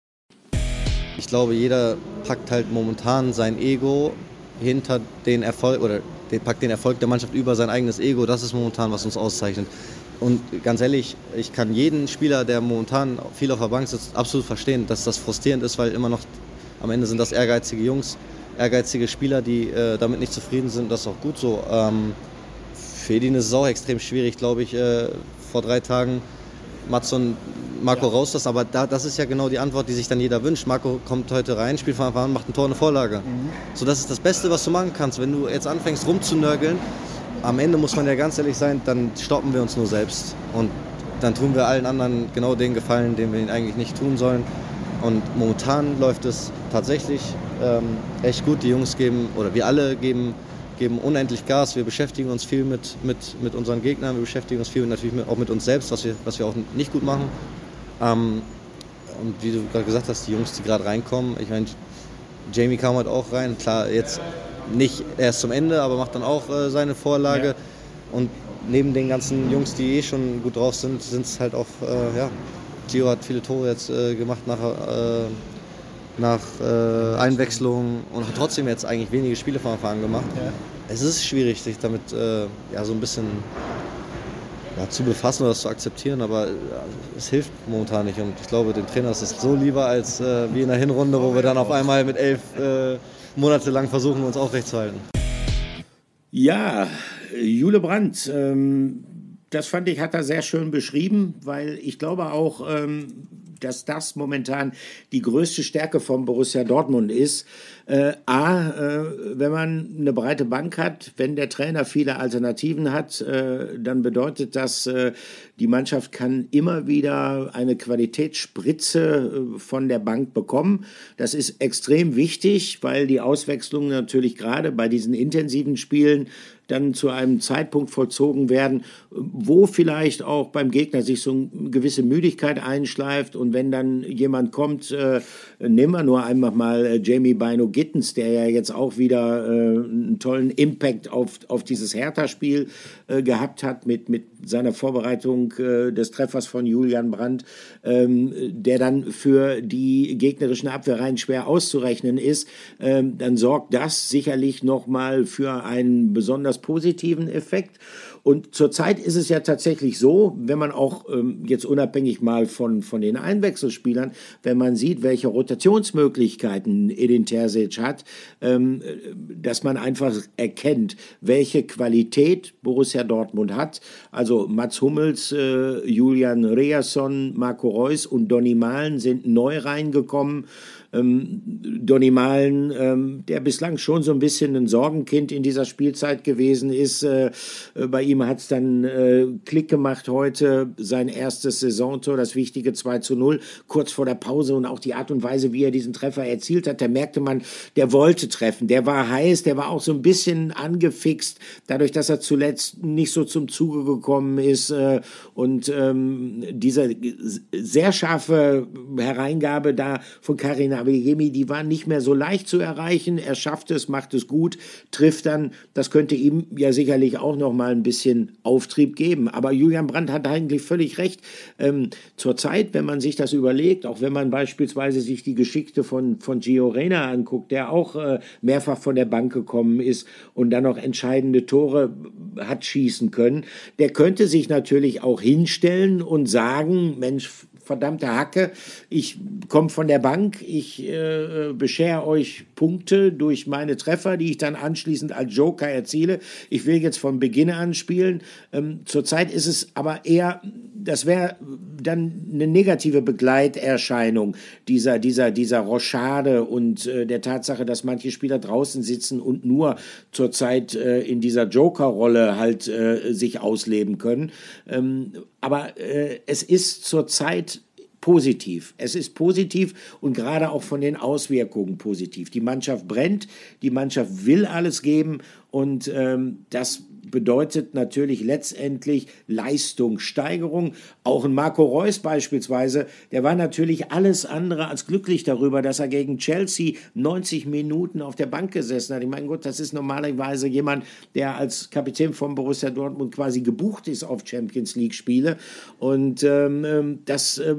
Ich glaube, jeder packt halt momentan sein Ego hinter den Erfolg oder den, packt den Erfolg der Mannschaft über sein eigenes Ego. Das ist momentan, was uns auszeichnet. Und ganz ehrlich, ich kann jeden Spieler, der momentan viel auf der Bank sitzt, absolut verstehen, dass das frustrierend ist, weil immer noch am Ende sind das ehrgeizige Jungs, ehrgeizige Spieler, die äh, damit nicht zufrieden sind. Das ist auch gut so. Ähm, für Edin ist es auch extrem schwierig, glaube ich, äh, vor drei Tagen Mats und Marco ja. rauslassen, aber da, das ist ja genau die Antwort, die sich dann jeder wünscht. Marco kommt heute rein, spielt von Anfang an, macht ein Tor, eine Vorlage. Mhm. So, das ist das Beste, was du machen kannst. Wenn du jetzt anfängst rumzunörgeln, am Ende muss man ja ganz ehrlich sein, dann stoppen wir uns nur selbst. Und dann tun wir allen anderen genau den Gefallen, den wir ihnen eigentlich nicht tun sollen. Und momentan läuft es tatsächlich ähm, echt gut. Die Jungs geben, oder wir alle geben, geben unendlich Gas. Wir beschäftigen uns viel mit, mit, mit unseren Gegnern, wir beschäftigen uns viel natürlich mit, auch mit uns selbst, was wir, was wir auch nicht gut machen. Ähm, und wie du gerade gesagt hast, die Jungs, die gerade reinkommen, ich meine, Jamie kam halt auch rein, klar, jetzt nicht erst zum Ende, aber macht dann auch äh, seine Vorlage. Ja. Und neben den ganzen Jungs, die eh schon gut drauf sind, sind es halt auch, äh, ja, Gio hat viele Tore jetzt äh, gemacht nach, äh, nach äh, Einwechslung und hat trotzdem jetzt eigentlich wenige Spiele von Anfang an gemacht. Ja. Es ist schwierig, sich damit äh, ja, so ein bisschen ja, zu befassen oder das zu akzeptieren, aber ja, es hilft momentan nicht, und ich glaube, dem Trainer ist es so lieber als äh, wie in der Hinrunde, wo wir dann auf einmal mit elf äh, Monate lang versuchen, uns aufrechtzuerhalten.
Ja, Jule Brandt, ähm, das fand ich, hat er sehr schön beschrieben, weil ich glaube auch, ähm, dass das momentan die größte Stärke von Borussia Dortmund ist. Äh, A, äh, wenn man eine breite Bank hat, wenn der Trainer viele Alternativen hat, äh, dann bedeutet das, äh, die Mannschaft kann immer wieder eine Qualitätsspritze äh, von der Bank bekommen. Das ist extrem wichtig, weil die Auswechslungen natürlich gerade bei diesen intensiven Spielen dann zu einem Zeitpunkt vollzogen werden, wo vielleicht auch beim Gegner sich so eine gewisse Müdigkeit einschleift, und wenn dann jemand kommt, äh, nehmen wir nur einmal mal äh, Jamie Bino Gittens, der ja jetzt auch wieder äh, einen tollen Impact auf, auf dieses Hertha-Spiel äh, gehabt hat mit, mit seiner Vorbereitung äh, des Treffers von Julian Brandt, ähm, der dann für die gegnerischen Abwehrreihen schwer auszurechnen ist, ähm, dann sorgt das sicherlich nochmal für einen besonders positiven Effekt. Und zurzeit ist es ja tatsächlich so, wenn man auch ähm, jetzt unabhängig mal von, von den Einwechselspielern, wenn man sieht, welche Rotationsmöglichkeiten Edin Terzic hat, ähm, dass man einfach erkennt, welche Qualität Borussia Dortmund hat. Also Mats Hummels, äh, Julian Riasson, Marco Reus und Donny Malen sind neu reingekommen. Ähm, Donny Malen, ähm, der bislang schon so ein bisschen ein Sorgenkind in dieser Spielzeit gewesen ist. Äh, bei ihm hat es dann äh, Klick gemacht heute, sein erstes Saisontor, das wichtige zwei zu null, kurz vor der Pause, und auch die Art und Weise, wie er diesen Treffer erzielt hat, da merkte man, der wollte treffen, der war heiß, der war auch so ein bisschen angefixt, dadurch, dass er zuletzt nicht so zum Zuge gekommen ist, äh, und ähm, diese sehr scharfe Hereingabe da von Karim Adeyemi, die war nicht mehr so leicht zu erreichen. Er schafft es, macht es gut, trifft dann. Das könnte ihm ja sicherlich auch noch mal ein bisschen Auftrieb geben. Aber Julian Brandt hat eigentlich völlig recht. Ähm, zurzeit, wenn man sich das überlegt, auch wenn man beispielsweise sich die Geschichte von, von Gio Reyna anguckt, der auch äh, mehrfach von der Bank gekommen ist und dann noch entscheidende Tore hat schießen können, der könnte sich natürlich auch hinstellen und sagen, Mensch, verdammte Hacke, ich komme von der Bank, ich äh, beschere euch Punkte durch meine Treffer, die ich dann anschließend als Joker erziele. Ich will jetzt von Beginn an spielen. Ähm, zurzeit ist es aber eher, das wäre dann eine negative Begleiterscheinung dieser, dieser, dieser Rochade und äh, der Tatsache, dass manche Spieler draußen sitzen und nur zurzeit äh, in dieser Joker-Rolle halt äh, sich ausleben können. Ähm, aber äh, es ist zurzeit positiv. Es ist positiv und gerade auch von den Auswirkungen positiv. Die Mannschaft brennt, die Mannschaft will alles geben und ähm, das bedeutet natürlich letztendlich Leistungssteigerung. Auch ein Marco Reus beispielsweise, der war natürlich alles andere als glücklich darüber, dass er gegen Chelsea neunzig Minuten auf der Bank gesessen hat. Ich meine, gut, das ist normalerweise jemand, der als Kapitän von Borussia Dortmund quasi gebucht ist auf Champions League Spiele. Und ähm, das äh,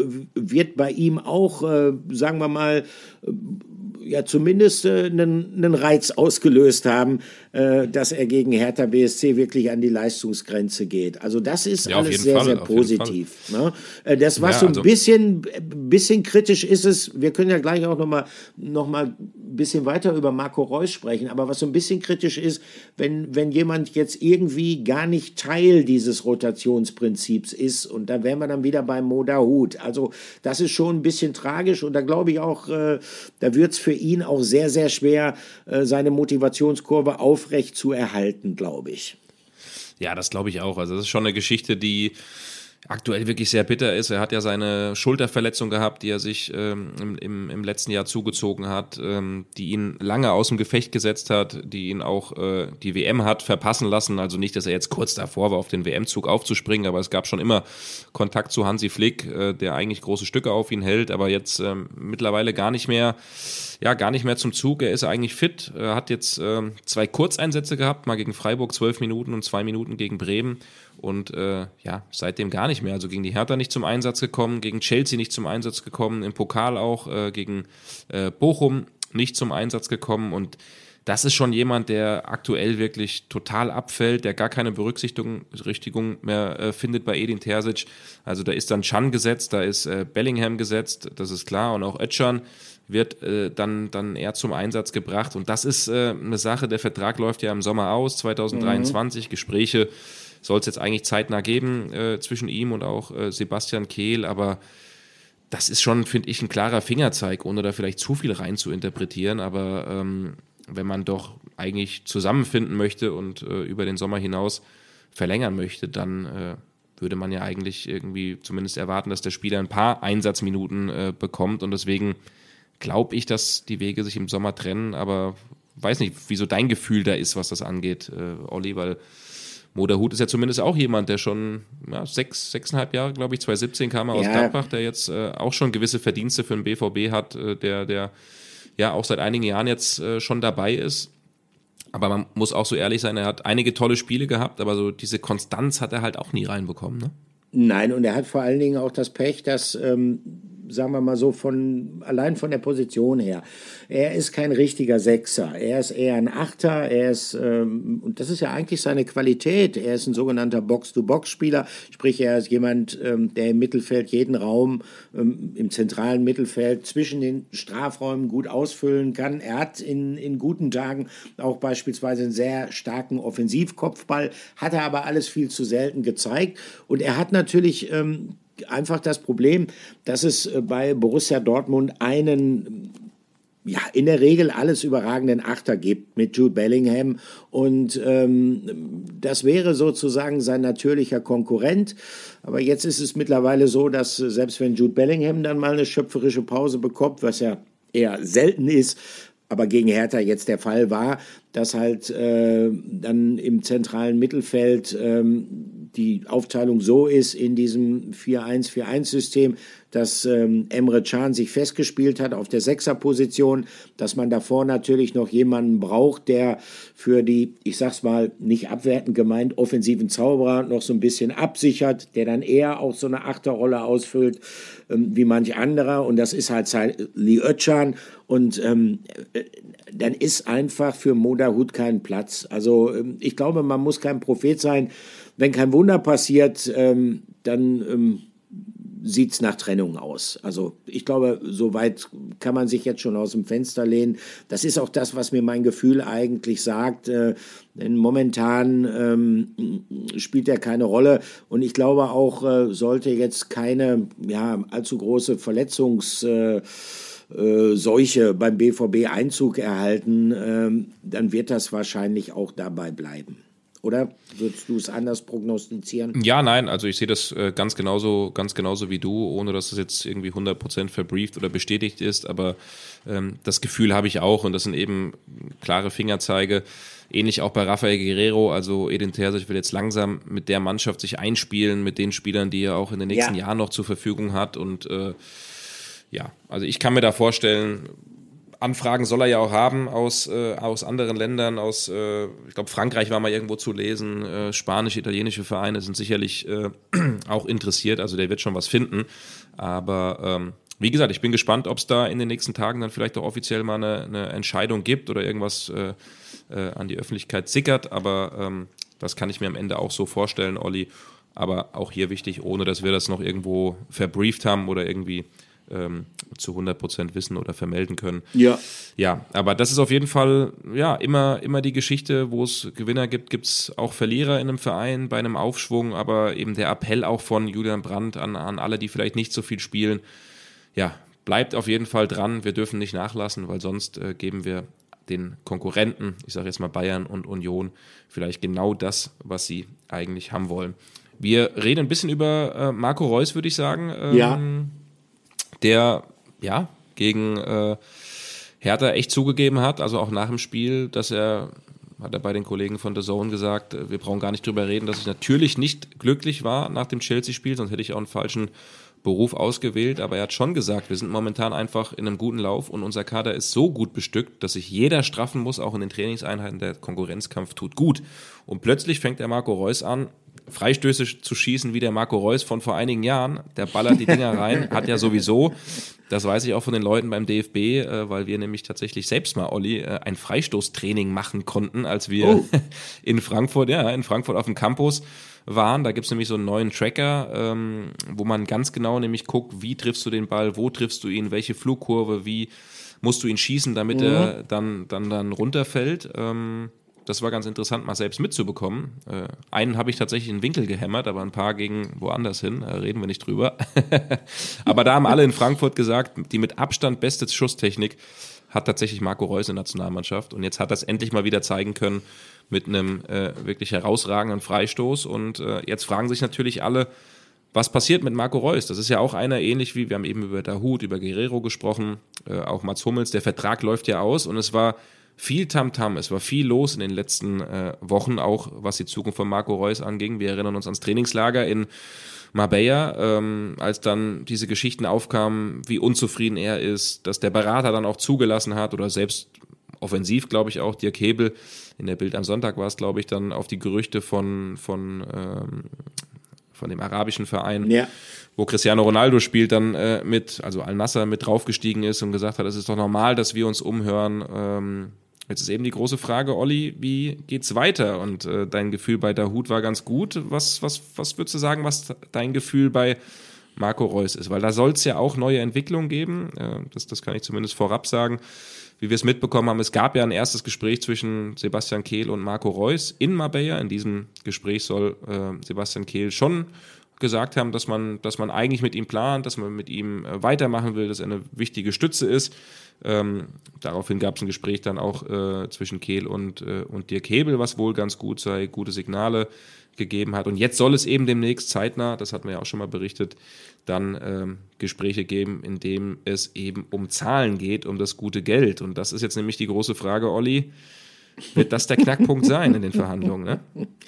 wird bei ihm auch, äh, sagen wir mal, äh, ja zumindest äh, einen, einen Reiz ausgelöst haben, äh, dass er gegen Hertha B S C wirklich an die Leistungsgrenze geht. Also das ist
ja,
alles sehr,
Fall,
sehr positiv. Ne? Äh, das, was
ja,
so ein
also
bisschen, bisschen kritisch ist, es, wir können ja gleich auch noch mal, noch mal ein bisschen weiter über Marco Reus sprechen, aber was so ein bisschen kritisch ist, wenn, wenn jemand jetzt irgendwie gar nicht Teil dieses Rotationsprinzips ist, und da wären wir dann wieder bei Mo Dahoud. Also das ist schon ein bisschen tragisch und da glaube ich auch, äh, da wird es für ihn auch sehr, sehr schwer, äh, seine Motivationskurve aufrecht zu erhalten, glaube ich.
Ja, das glaube ich auch. Also das ist schon eine Geschichte, die aktuell wirklich sehr bitter ist. Er hat ja seine Schulterverletzung gehabt, die er sich ähm, im, im letzten Jahr zugezogen hat, ähm, die ihn lange aus dem Gefecht gesetzt hat, die ihn auch äh, die W M hat verpassen lassen. Also nicht, dass er jetzt kurz davor war, auf den W M-Zug aufzuspringen, aber es gab schon immer Kontakt zu Hansi Flick, äh, der eigentlich große Stücke auf ihn hält, aber jetzt ähm, mittlerweile gar nicht mehr, ja, gar nicht mehr zum Zug. Er ist eigentlich fit, er hat jetzt ähm, zwei Kurzeinsätze gehabt, mal gegen Freiburg zwölf Minuten und zwei Minuten gegen Bremen. Und äh, ja, seitdem gar nicht mehr. Also gegen die Hertha nicht zum Einsatz gekommen, gegen Chelsea nicht zum Einsatz gekommen, im Pokal auch, äh, gegen äh, Bochum nicht zum Einsatz gekommen. Und das ist schon jemand, der aktuell wirklich total abfällt, der gar keine Berücksichtigung Richtigung mehr äh, findet bei Edin Terzic. Also da ist dann Can gesetzt, da ist äh, Bellingham gesetzt, das ist klar. Und auch Özcan wird äh, dann, dann eher zum Einsatz gebracht. Und das ist äh, eine Sache, der Vertrag läuft ja im Sommer aus, zwanzig dreiundzwanzig, mhm. Gespräche soll es jetzt eigentlich zeitnah geben äh, zwischen ihm und auch äh, Sebastian Kehl, aber das ist schon, finde ich, ein klarer Fingerzeig, ohne da vielleicht zu viel rein zu interpretieren, aber ähm, wenn man doch eigentlich zusammenfinden möchte und äh, über den Sommer hinaus verlängern möchte, dann äh, würde man ja eigentlich irgendwie zumindest erwarten, dass der Spieler ein paar Einsatzminuten äh, bekommt und deswegen glaube ich, dass die Wege sich im Sommer trennen, aber weiß nicht, wieso dein Gefühl da ist, was das angeht, äh, Olli, weil Mo Dahoud ist ja zumindest auch jemand, der schon ja, sechs, sechseinhalb Jahre, glaube ich, zwanzig siebzehn kam er aus ja. Gladbach, der jetzt äh, auch schon gewisse Verdienste für den B V B hat, äh, der, der ja auch seit einigen Jahren jetzt äh, schon dabei ist. Aber man muss auch so ehrlich sein, er hat einige tolle Spiele gehabt, aber so diese Konstanz hat er halt auch nie reinbekommen, ne?
Nein, und er hat vor allen Dingen auch das Pech, dass, ähm, sagen wir mal so, von allein von der Position her, er ist kein richtiger Sechser, er ist eher ein Achter, er ist, ähm, und das ist ja eigentlich seine Qualität, er ist ein sogenannter Box-to-Box-Spieler, sprich er ist jemand, ähm, der im Mittelfeld jeden Raum, ähm, im zentralen Mittelfeld zwischen den Strafräumen gut ausfüllen kann. Er hat in, in guten Tagen auch beispielsweise einen sehr starken Offensivkopfball, hat er aber alles viel zu selten gezeigt und er hat natürlich ähm, einfach das Problem, dass es bei Borussia Dortmund einen, ja, in der Regel alles überragenden Achter gibt mit Jude Bellingham und ähm, das wäre sozusagen sein natürlicher Konkurrent. Aber jetzt ist es mittlerweile so, dass selbst wenn Jude Bellingham dann mal eine schöpferische Pause bekommt, was ja eher selten ist, aber gegen Hertha jetzt der Fall war, dass halt äh, dann im zentralen Mittelfeld ähm, die Aufteilung so ist in diesem vier eins vier eins System, dass ähm, Emre Can sich festgespielt hat auf der Sechserposition, dass man davor natürlich noch jemanden braucht, der für die, ich sag's mal, nicht abwertend gemeint, offensiven Zauberer noch so ein bisschen absichert, der dann eher auch so eine Achterrolle ausfüllt ähm, wie manch anderer und das ist halt Salih Özcan und ähm, dann ist einfach für Modahut kein Platz. Also ähm, ich glaube, man muss kein Prophet sein. Wenn kein Wunder passiert, ähm, dann ähm, sieht es nach Trennung aus. Also ich glaube, so weit kann man sich jetzt schon aus dem Fenster lehnen. Das ist auch das, was mir mein Gefühl eigentlich sagt. Äh, denn momentan ähm, spielt er keine Rolle. Und ich glaube auch, äh, sollte jetzt keine ja, allzu große Verletzungs... Äh, Seuche beim B V B Einzug erhalten, ähm, dann wird das wahrscheinlich auch dabei bleiben. Oder würdest du es anders prognostizieren?
Ja, nein, also ich sehe das äh, ganz genauso, ganz genauso wie du, ohne dass es jetzt irgendwie hundert Prozent verbrieft oder bestätigt ist, aber ähm, das Gefühl habe ich auch und das sind eben klare Fingerzeige. Ähnlich auch bei Rafael Guerreiro, also Edin Terzic will jetzt langsam mit der Mannschaft sich einspielen, mit den Spielern, die er auch in den nächsten ja. Jahren noch zur Verfügung hat und äh, ja, also ich kann mir da vorstellen, Anfragen soll er ja auch haben aus, äh, aus anderen Ländern, aus, äh, ich glaube Frankreich war mal irgendwo zu lesen, äh, spanische, italienische Vereine sind sicherlich äh, auch interessiert, also der wird schon was finden, aber ähm, wie gesagt, ich bin gespannt, ob es da in den nächsten Tagen dann vielleicht auch offiziell mal eine, eine Entscheidung gibt oder irgendwas äh, äh, an die Öffentlichkeit sickert, aber ähm, das kann ich mir am Ende auch so vorstellen, Olli, aber auch hier wichtig, ohne dass wir das noch irgendwo verbrieft haben oder irgendwie Ähm, zu hundert Prozent wissen oder vermelden können.
Ja.
Ja, aber das ist auf jeden Fall ja immer, immer die Geschichte, wo es Gewinner gibt, gibt es auch Verlierer in einem Verein bei einem Aufschwung, aber eben der Appell auch von Julian Brandt an, an alle, die vielleicht nicht so viel spielen, ja, bleibt auf jeden Fall dran, wir dürfen nicht nachlassen, weil sonst äh, geben wir den Konkurrenten, ich sage jetzt mal Bayern und Union, vielleicht genau das, was sie eigentlich haben wollen. Wir reden ein bisschen über äh, Marco Reus, würde ich sagen. Ähm,
ja.
Der ja gegen äh, Hertha echt zugegeben hat, also auch nach dem Spiel, dass er, hat er bei den Kollegen von The Zone gesagt, wir brauchen gar nicht drüber reden, dass ich natürlich nicht glücklich war nach dem Chelsea-Spiel, sonst hätte ich auch einen falschen Beruf ausgewählt, aber er hat schon gesagt, wir sind momentan einfach in einem guten Lauf und unser Kader ist so gut bestückt, dass sich jeder straffen muss, auch in den Trainingseinheiten, der Konkurrenzkampf tut gut. Und plötzlich fängt der Marco Reus an, Freistöße zu schießen wie der Marco Reus von vor einigen Jahren. Der ballert die Dinger rein, hat ja sowieso, das weiß ich auch von den Leuten beim D F B, äh, weil wir nämlich tatsächlich selbst mal, Olli, äh, ein Freistoßtraining machen konnten, als wir oh. in Frankfurt, ja, in Frankfurt auf dem Campus waren. Da gibt's nämlich so einen neuen Tracker, ähm, wo man ganz genau nämlich guckt, wie triffst du den Ball, wo triffst du ihn, welche Flugkurve, wie musst du ihn schießen, damit mhm. er dann, dann, dann runterfällt. Ähm, Das war ganz interessant, mal selbst mitzubekommen. Äh, einen habe ich tatsächlich in den Winkel gehämmert, aber ein paar gingen woanders hin, äh, reden wir nicht drüber. Aber da haben alle in Frankfurt gesagt, die mit Abstand beste Schusstechnik hat tatsächlich Marco Reus in der Nationalmannschaft. Und jetzt hat er es endlich mal wieder zeigen können mit einem äh, wirklich herausragenden Freistoß. Und äh, jetzt fragen sich natürlich alle, was passiert mit Marco Reus? Das ist ja auch einer ähnlich wie, wir haben eben über Dahoud, über Guerreiro gesprochen, äh, auch Mats Hummels, der Vertrag läuft ja aus und es war viel Tamtam, es war viel los in den letzten äh, Wochen, auch was die Zukunft von Marco Reus anging. Wir erinnern uns ans Trainingslager in Marbella, ähm, als dann diese Geschichten aufkamen, wie unzufrieden er ist, dass der Berater dann auch zugelassen hat oder selbst offensiv, glaube ich auch, Dirk Hebel, in der Bild am Sonntag war es, glaube ich, dann auf die Gerüchte von, von, ähm, von dem arabischen Verein, ja. wo Cristiano Ronaldo spielt, dann äh, mit, also Al-Nassr mit draufgestiegen ist und gesagt hat, es ist doch normal, dass wir uns umhören. Ähm, jetzt ist eben die große Frage, Olli, wie geht's weiter? Und äh, dein Gefühl bei Dahoud war ganz gut. Was, was, was würdest du sagen, was dein Gefühl bei Marco Reus ist? Weil da soll es ja auch neue Entwicklungen geben. Äh, das, das kann ich zumindest vorab sagen. Wie wir es mitbekommen haben, es gab ja ein erstes Gespräch zwischen Sebastian Kehl und Marco Reus in Marbella. In diesem Gespräch soll äh, Sebastian Kehl schon gesagt haben, dass man, dass man eigentlich mit ihm plant, dass man mit ihm äh, weitermachen will, dass er eine wichtige Stütze ist. Ähm, daraufhin gab es ein Gespräch dann auch äh, zwischen Kehl und, äh, und Dirk Hebel, was wohl ganz gut sei, gute Signale gegeben hat. Und jetzt soll es eben demnächst zeitnah, das hatten wir ja auch schon mal berichtet, dann ähm, Gespräche geben, in denen es eben um Zahlen geht, um das gute Geld. Und das ist jetzt nämlich die große Frage, Olli, wird das der Knackpunkt sein in den Verhandlungen, ne?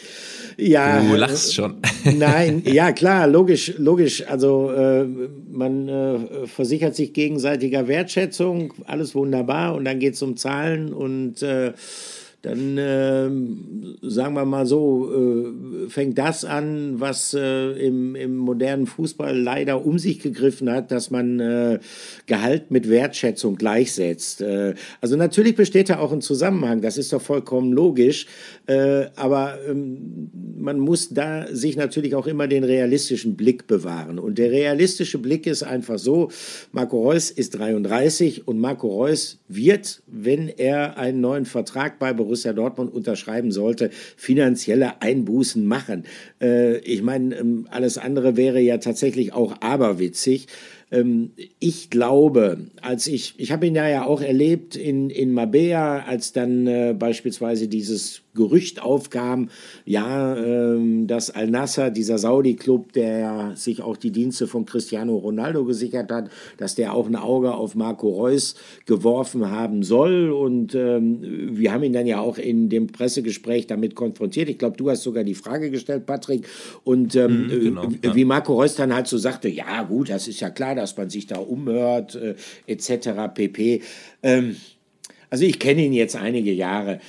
Ja,
du lachst schon.
Nein, ja klar, logisch, logisch. Also äh, man äh, versichert sich gegenseitiger Wertschätzung, alles wunderbar, und dann geht es um Zahlen und äh, dann, äh, sagen wir mal so, äh, fängt das an, was äh, im, im modernen Fußball leider um sich gegriffen hat, dass man äh, Gehalt mit Wertschätzung gleichsetzt. Äh, also natürlich besteht da auch ein Zusammenhang, das ist doch vollkommen logisch, äh, aber ähm, man muss da sich natürlich auch immer den realistischen Blick bewahren. Und der realistische Blick ist einfach so, Marco Reus ist dreiunddreißig und Marco Reus wird, wenn er einen neuen Vertrag bei Borussia Dortmund unterschreiben sollte, finanzielle Einbußen machen. Äh, ich meine, ähm, alles andere wäre ja tatsächlich auch aberwitzig. Ähm, ich glaube, als ich, ich habe ihn ja, ja auch erlebt in, in Marbella, als dann äh, beispielsweise dieses Gerücht aufkam, ja, ähm, dass Al-Nassr, dieser Saudi-Club, der sich auch die Dienste von Cristiano Ronaldo gesichert hat, dass der auch ein Auge auf Marco Reus geworfen haben soll. Und ähm, wir haben ihn dann ja auch in dem Pressegespräch damit konfrontiert. Ich glaube, du hast sogar die Frage gestellt, Patrick. Und ähm, mhm, genau, äh, ja. wie Marco Reus dann halt so sagte, ja gut, das ist ja klar, dass man sich da umhört, äh, et cetera pp. Ähm, Also ich kenne ihn jetzt einige Jahre.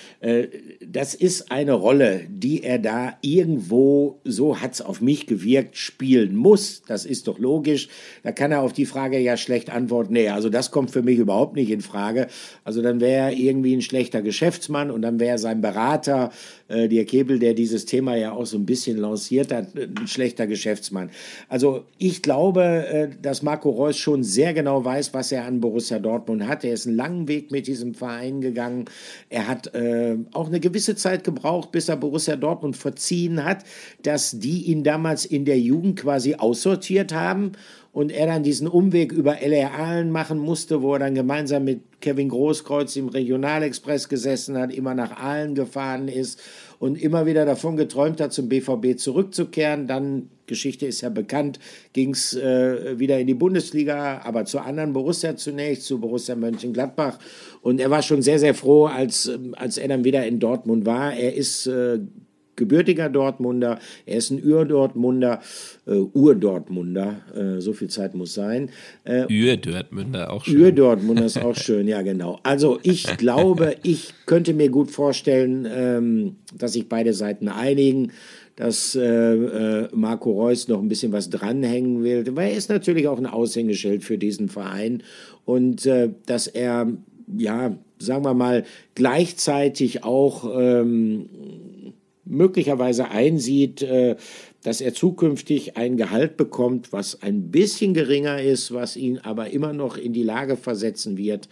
Das ist eine Rolle, die er da irgendwo, so hat's auf mich gewirkt, spielen muss. Das ist doch logisch. Da kann er auf die Frage ja schlecht antworten. Nee, also das kommt für mich überhaupt nicht in Frage. Also dann wäre er irgendwie ein schlechter Geschäftsmann und dann wäre sein Berater, äh, Dirk Hebel, der dieses Thema ja auch so ein bisschen lanciert hat, ein schlechter Geschäftsmann. Also ich glaube, äh, dass Marco Reus schon sehr genau weiß, was er an Borussia Dortmund hat. Er ist einen langen Weg mit diesem Verein eingegangen. Er hat äh, auch eine gewisse Zeit gebraucht, bis er Borussia Dortmund verziehen hat, dass die ihn damals in der Jugend quasi aussortiert haben und er dann diesen Umweg über L R Aalen machen musste, wo er dann gemeinsam mit Kevin Großkreuz im Regionalexpress gesessen hat, immer nach Aalen gefahren ist und immer wieder davon geträumt hat, zum B V B zurückzukehren. Dann, Geschichte ist ja bekannt, ging es äh, wieder in die Bundesliga, aber zur anderen Borussia zunächst, zu Borussia Mönchengladbach. Und er war schon sehr, sehr froh, als, als er dann wieder in Dortmund war. Er ist äh, gebürtiger Dortmunder, er ist ein Ur-Dortmunder, äh, Ur-Dortmunder, äh, so viel Zeit muss sein. Äh,
Ur-Dortmunder, auch schön.
Ur-Dortmunder ist auch schön, ja genau. Also ich glaube, ich könnte mir gut vorstellen, ähm, dass sich beide Seiten einigen, dass äh, äh, Marco Reus noch ein bisschen was dranhängen will, weil er ist natürlich auch ein Aushängeschild für diesen Verein und äh, dass er, ja, sagen wir mal, gleichzeitig auch ähm, möglicherweise einsieht, äh, dass er zukünftig ein Gehalt bekommt, was ein bisschen geringer ist, was ihn aber immer noch in die Lage versetzen wird,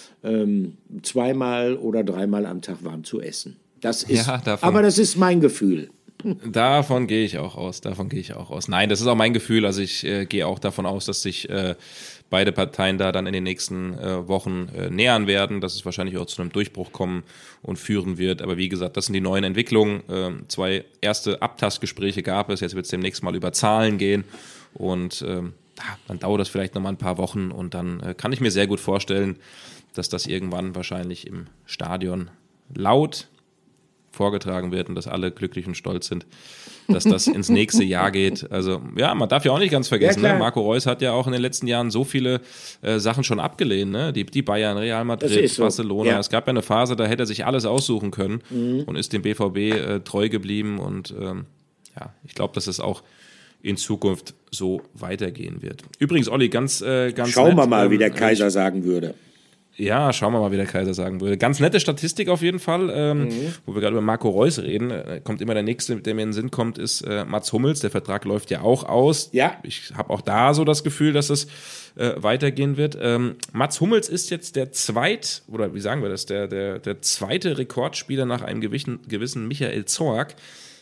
ähm, zweimal oder dreimal am Tag warm zu essen. Das ist, ja, aber das ist mein Gefühl.
Davon gehe ich auch aus, davon gehe ich auch aus. Nein, das ist auch mein Gefühl, also ich äh, gehe auch davon aus, dass sich äh, beide Parteien da dann in den nächsten äh, Wochen äh, nähern werden, dass es wahrscheinlich auch zu einem Durchbruch kommen und führen wird. Aber wie gesagt, das sind die neuen Entwicklungen. Äh, zwei erste Abtastgespräche gab es, jetzt wird es demnächst mal über Zahlen gehen und äh, dann dauert das vielleicht nochmal ein paar Wochen und dann äh, kann ich mir sehr gut vorstellen, dass das irgendwann wahrscheinlich im Stadion laut vorgetragen wird und dass alle glücklich und stolz sind, dass das ins nächste Jahr geht. Also ja, man darf ja auch nicht ganz vergessen, ja, ne? Marco Reus hat ja auch in den letzten Jahren so viele äh, Sachen schon abgelehnt, ne? Die, die Bayern, Real Madrid, so. Barcelona. Ja. Es gab ja eine Phase, da hätte er sich alles aussuchen können mhm. und ist dem B V B äh, treu geblieben und ähm, ja, ich glaube, dass es auch in Zukunft so weitergehen wird. Übrigens, Olli, ganz, äh, ganz
Schauen
nett,
wir mal,
ähm,
wie der Kaiser ich, sagen würde.
Ja, schauen wir mal, wie der Kaiser sagen würde. Ganz nette Statistik auf jeden Fall, ähm, mhm. wo wir gerade über Marco Reus reden. Äh, kommt immer der nächste, der mir in den Sinn kommt, ist äh, Mats Hummels. Der Vertrag läuft ja auch aus.
Ja.
Ich habe auch da so das Gefühl, dass es äh, weitergehen wird. Ähm, Mats Hummels ist jetzt der zweit, oder wie sagen wir das, der, der, der zweite Rekordspieler nach einem gewissen, gewissen Michael Zorc.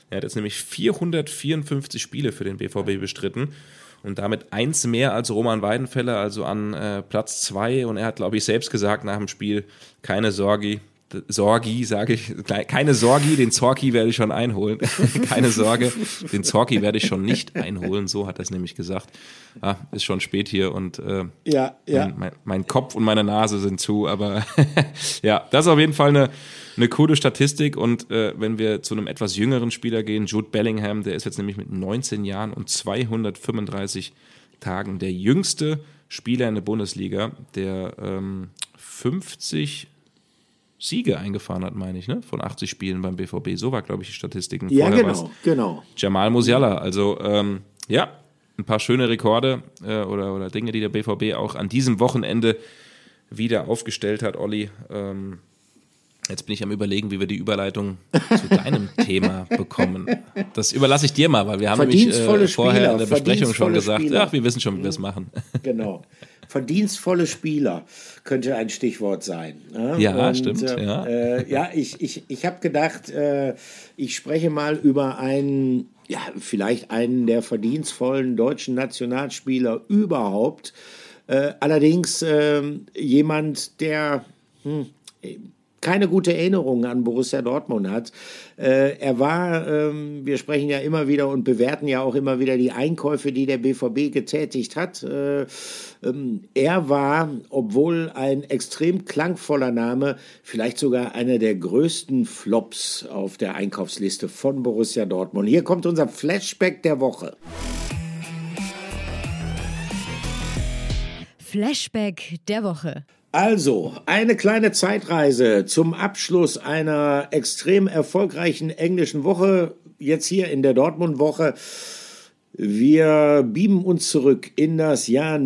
Er hat jetzt nämlich vierhundertvierundfünfzig Spiele für den B V B bestritten und damit eins mehr als Roman Weidenfeller, also an äh, Platz zwei. Und er hat, glaube ich, selbst gesagt nach dem Spiel, keine Sorge, Sorgi, sage ich, keine Sorgi, den Zorki werde ich schon einholen. Keine Sorge, den Zorki werde ich schon nicht einholen, so hat er es nämlich gesagt. Ah, ist schon spät hier und äh,
ja, ja.
Mein, mein, mein Kopf und meine Nase sind zu, aber ja, das ist auf jeden Fall eine, eine coole Statistik. Und äh, wenn wir zu einem etwas jüngeren Spieler gehen, Jude Bellingham, der ist jetzt nämlich mit neunzehn Jahren und zweihundertfünfunddreißig Tagen der jüngste Spieler in der Bundesliga, der ähm, fünfzig Siege eingefahren hat, meine ich, ne? Von achtzig Spielen beim B V B. So war, glaube ich, die Statistiken.
Ja,
Vorher
genau, genau.
Jamal Musiala. Also, ähm, ja, ein paar schöne Rekorde äh, oder, oder Dinge, die der B V B auch an diesem Wochenende wieder aufgestellt hat, Olli. Ähm, jetzt bin ich am Überlegen, wie wir die Überleitung zu deinem Thema bekommen. Das überlasse ich dir mal, weil wir haben nämlich äh, vorher in der Besprechung schon gesagt, Spieler. ach, wir wissen schon, wie wir es machen.
Genau. Verdienstvolle Spieler könnte ein Stichwort sein. Ne?
Ja,
und,
stimmt.
Äh,
ja,
äh, ja ich, ich, ich habe gedacht, äh, ich spreche mal über einen, ja, vielleicht einen der verdienstvollen deutschen Nationalspieler überhaupt. Äh, allerdings äh, jemand, der hm, keine gute Erinnerung an Borussia Dortmund hat. Äh, er war, ähm, wir sprechen ja immer wieder und bewerten ja auch immer wieder die Einkäufe, die der B V B getätigt hat. Äh, ähm, er war, obwohl ein extrem klangvoller Name, vielleicht sogar einer der größten Flops auf der Einkaufsliste von Borussia Dortmund. Hier kommt unser Flashback der Woche.
Flashback der Woche.
Also, eine kleine Zeitreise zum Abschluss einer extrem erfolgreichen englischen Woche, jetzt hier in der Dortmund-Woche. Wir beamen uns zurück in das Jahr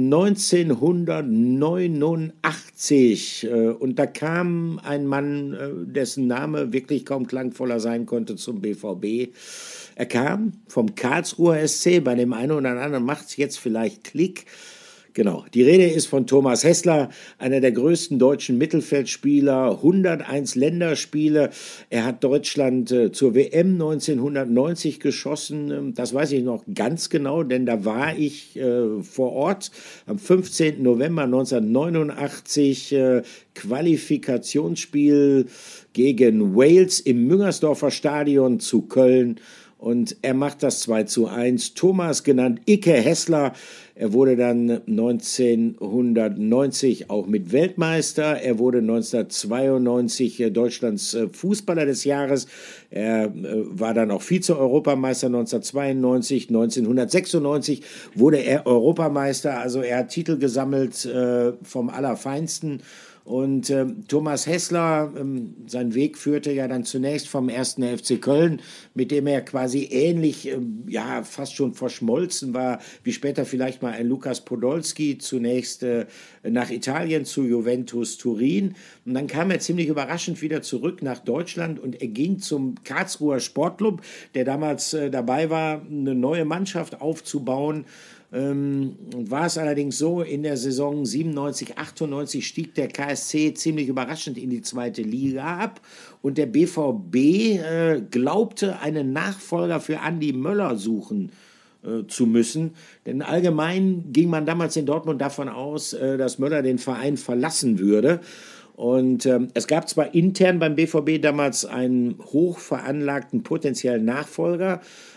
neunzehnhundertneunundachtzig und da kam ein Mann, dessen Name wirklich kaum klangvoller sein konnte, zum B V B. Er kam vom Karlsruher S C, bei dem einen oder anderen macht es jetzt vielleicht Klick. Genau, die Rede ist von Thomas Hässler, einer der größten deutschen Mittelfeldspieler, hunderteins Länderspiele. Er hat Deutschland äh, zur W M neunzehnhundertneunzig geschossen. Das weiß ich noch ganz genau, denn da war ich äh, vor Ort am fünfzehnten November neunzehnhundertneunundachtzig, äh, Qualifikationsspiel gegen Wales im Müngersdorfer Stadion zu Köln. Und er macht das zwei zu eins. Thomas, genannt Icke Hässler. Er wurde dann neunzehnhundertneunzig auch mit Weltmeister. Er wurde neunzehnhundertzweiundneunzig Deutschlands Fußballer des Jahres. Er war dann auch Vize-Europameister neunzehnhundertzweiundneunzig. neunzehnhundertsechsundneunzig wurde er Europameister. Also er hat Titel gesammelt äh, vom Allerfeinsten. Und äh, Thomas Hässler, ähm, sein Weg führte ja dann zunächst vom ersten F C Köln, mit dem er quasi ähnlich, ähm, ja, fast schon verschmolzen war, wie später vielleicht mal ein Lukas Podolski, zunächst äh, nach Italien zu Juventus Turin. Und dann kam er ziemlich überraschend wieder zurück nach Deutschland und er ging zum Karlsruher Sportclub, der damals äh, dabei war, eine neue Mannschaft aufzubauen. Ähm, war es allerdings so, in der Saison siebenundneunzig, achtundneunzig stieg der K S C ziemlich überraschend in die zweite Liga ab und der B V B äh, glaubte, einen Nachfolger für Andi Möller suchen äh, zu müssen. Denn allgemein ging man damals in Dortmund davon aus, äh, dass Möller den Verein verlassen würde. Und ähm, es gab zwar intern beim B V B damals einen hochveranlagten potenziellen Nachfolger,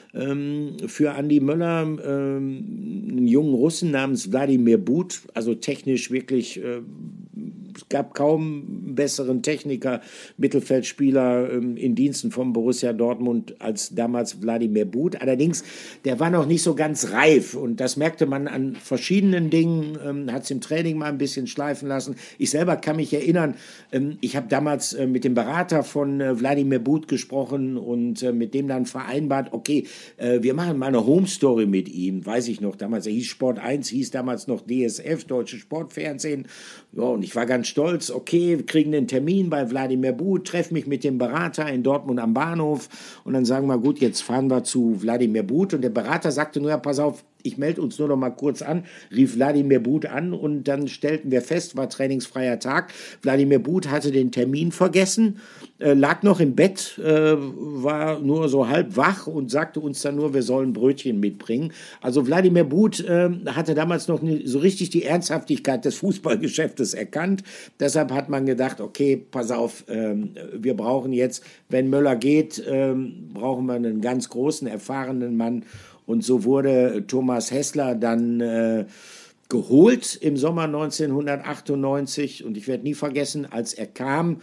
für Andi Möller, ähm, einen jungen Russen namens Wladimir But, also technisch wirklich, äh, es gab kaum einen besseren Techniker, Mittelfeldspieler ähm, in Diensten von Borussia Dortmund als damals Wladimir But. Allerdings, der war noch nicht so ganz reif und das merkte man an verschiedenen Dingen, ähm, hat es im Training mal ein bisschen schleifen lassen. Ich selber kann mich erinnern, ähm, ich habe damals äh, mit dem Berater von äh, Wladimir But gesprochen und äh, mit dem dann vereinbart, okay, wir machen mal eine Home Story mit ihm, weiß ich noch, damals, er hieß Sport eins, hieß damals noch D S F, Deutsche Sportfernsehen, ja, und ich war ganz stolz, okay, wir kriegen den Termin bei Wladimir But, treffe mich mit dem Berater in Dortmund am Bahnhof und dann sagen wir, gut, jetzt fahren wir zu Wladimir But und der Berater sagte nur, ja, pass auf, ich melde uns nur noch mal kurz an, rief Wladimir But an und dann stellten wir fest, war trainingsfreier Tag. Wladimir But hatte den Termin vergessen, äh, lag noch im Bett, äh, war nur so halb wach und sagte uns dann nur, wir sollen Brötchen mitbringen. Also Wladimir But äh, hatte damals noch nie so richtig die Ernsthaftigkeit des Fußballgeschäftes erkannt. Deshalb hat man gedacht, okay, pass auf, äh, wir brauchen jetzt, wenn Möller geht, äh, brauchen wir einen ganz großen, erfahrenen Mann. Und so wurde Thomas Hässler dann äh, geholt im Sommer neunzehnhundertachtundneunzig. Und ich werde nie vergessen, als er kam,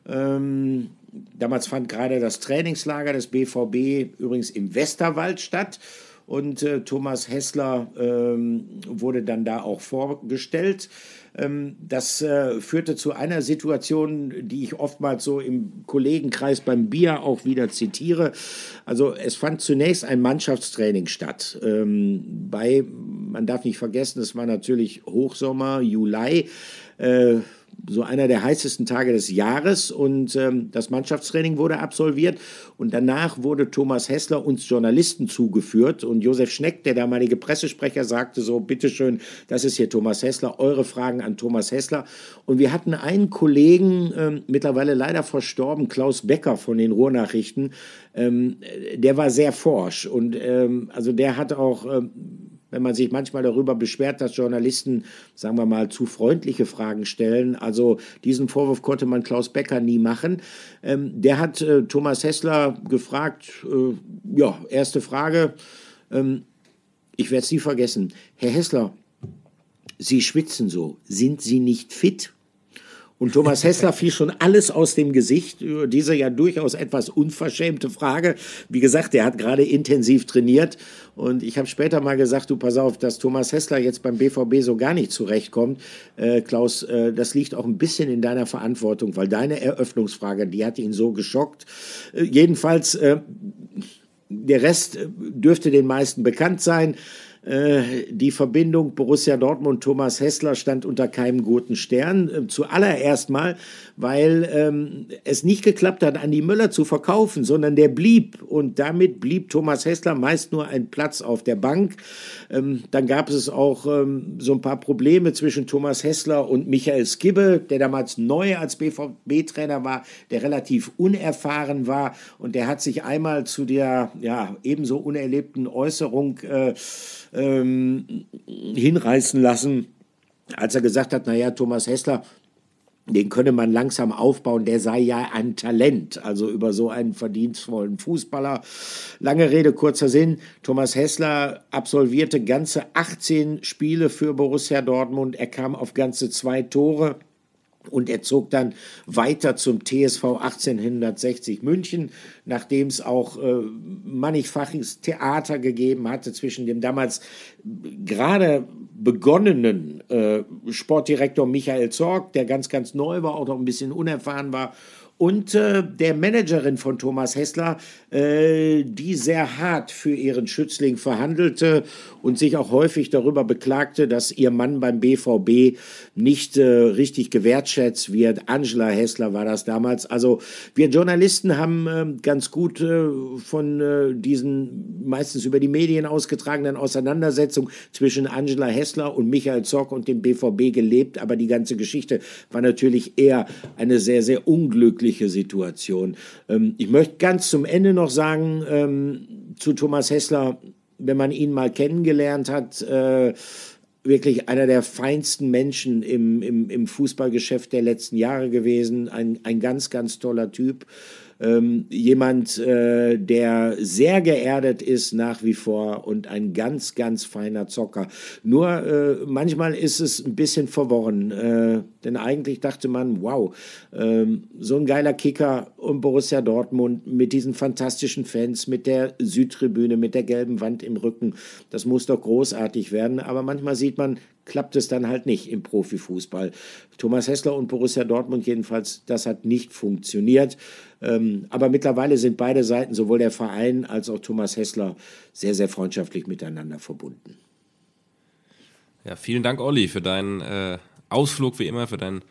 ähm, damals fand gerade das Trainingslager des B V B übrigens im Westerwald statt. Und äh, Thomas Hässler ähm, wurde dann da auch vorgestellt. Ähm, das äh, führte zu einer Situation, die ich oftmals so im Kollegenkreis beim Bier auch wieder zitiere. Also es fand zunächst ein Mannschaftstraining statt. Ähm, bei, man darf nicht vergessen, es war natürlich Hochsommer, Juli, äh, so einer der heißesten Tage des Jahres, und ähm, das Mannschaftstraining wurde absolviert und danach wurde Thomas Hässler uns Journalisten zugeführt und Josef Schneck, der damalige Pressesprecher, sagte so, bitteschön, das ist hier Thomas Hässler, eure Fragen an Thomas Hässler. Und wir hatten einen Kollegen, ähm, mittlerweile leider verstorben, Klaus Becker von den Ruhrnachrichten, ähm, der war sehr forsch und ähm, also der hat auch ähm, wenn man sich manchmal darüber beschwert, dass Journalisten, sagen wir mal, zu freundliche Fragen stellen. Also diesen Vorwurf konnte man Klaus Becker nie machen. Ähm, der hat äh, Thomas Hässler gefragt, äh, ja, erste Frage, ähm, ich werde es nie vergessen. Herr Hässler, Sie schwitzen so, sind Sie nicht fit? Und Thomas Hässler fiel schon alles aus dem Gesicht über diese ja durchaus etwas unverschämte Frage. Wie gesagt, der hat gerade intensiv trainiert. Und ich habe später mal gesagt, du pass auf, dass Thomas Hässler jetzt beim B V B so gar nicht zurechtkommt. Äh, Klaus, äh, das liegt auch ein bisschen in deiner Verantwortung, weil deine Eröffnungsfrage, die hat ihn so geschockt. Äh, jedenfalls, äh, der Rest dürfte den meisten bekannt sein. Die Verbindung Borussia Dortmund, Thomas Hässler stand unter keinem guten Stern. Zuallererst mal, weil ähm, es nicht geklappt hat, Andi Möller zu verkaufen, sondern der blieb. Und damit blieb Thomas Hässler meist nur ein Platz auf der Bank. Ähm, dann gab es auch ähm, so ein paar Probleme zwischen Thomas Hässler und Michael Skibbe, der damals neu als B V B-Trainer war, der relativ unerfahren war. Und der hat sich einmal zu der ja ebenso unerlebten Äußerung äh, ähm, hinreißen lassen, als er gesagt hat, naja, Thomas Hässler, den könne man langsam aufbauen, der sei ja ein Talent, also über so einen verdienstvollen Fußballer. Lange Rede, kurzer Sinn, Thomas Hässler absolvierte ganze achtzehn Spiele für Borussia Dortmund, er kam auf ganze zwei Tore. Und er zog dann weiter zum T S V achtzehnhundertsechzig München, nachdem es auch äh, mannigfaches Theater gegeben hatte zwischen dem damals gerade begonnenen äh, Sportdirektor Michael Zorc, der ganz, ganz neu war, auch noch ein bisschen unerfahren war, und äh, der Managerin von Thomas Hässler, äh, die sehr hart für ihren Schützling verhandelte und sich auch häufig darüber beklagte, dass ihr Mann beim B V B nicht äh, richtig gewertschätzt wird. Angela Hässler war das damals. Also wir Journalisten haben äh, ganz gut äh, von äh, diesen meistens über die Medien ausgetragenen Auseinandersetzungen zwischen Angela Hässler und Michael Zorc und dem B V B gelebt, aber die ganze Geschichte war natürlich eher eine sehr, sehr unglückliche Situation. Ähm, ich möchte ganz zum Ende noch sagen, ähm, zu Thomas Hässler, wenn man ihn mal kennengelernt hat, äh, wirklich einer der feinsten Menschen im, im, im Fußballgeschäft der letzten Jahre gewesen, ein, ein ganz, ganz toller Typ. Ähm, jemand, äh, der sehr geerdet ist nach wie vor und ein ganz, ganz feiner Zocker. Nur äh, manchmal ist es ein bisschen verworren, äh, denn eigentlich dachte man, wow, äh, so ein geiler Kicker und Borussia Dortmund mit diesen fantastischen Fans, mit der Südtribüne, mit der gelben Wand im Rücken, das muss doch großartig werden, aber manchmal sieht man, klappt es dann halt nicht im Profifußball. Thomas Hässler und Borussia Dortmund jedenfalls, das hat nicht funktioniert. Ähm, aber mittlerweile sind beide Seiten, sowohl der Verein als auch Thomas Hässler, sehr, sehr freundschaftlich miteinander verbunden.
Ja, vielen Dank, Olli, für deinen äh, Ausflug, wie immer, für deinen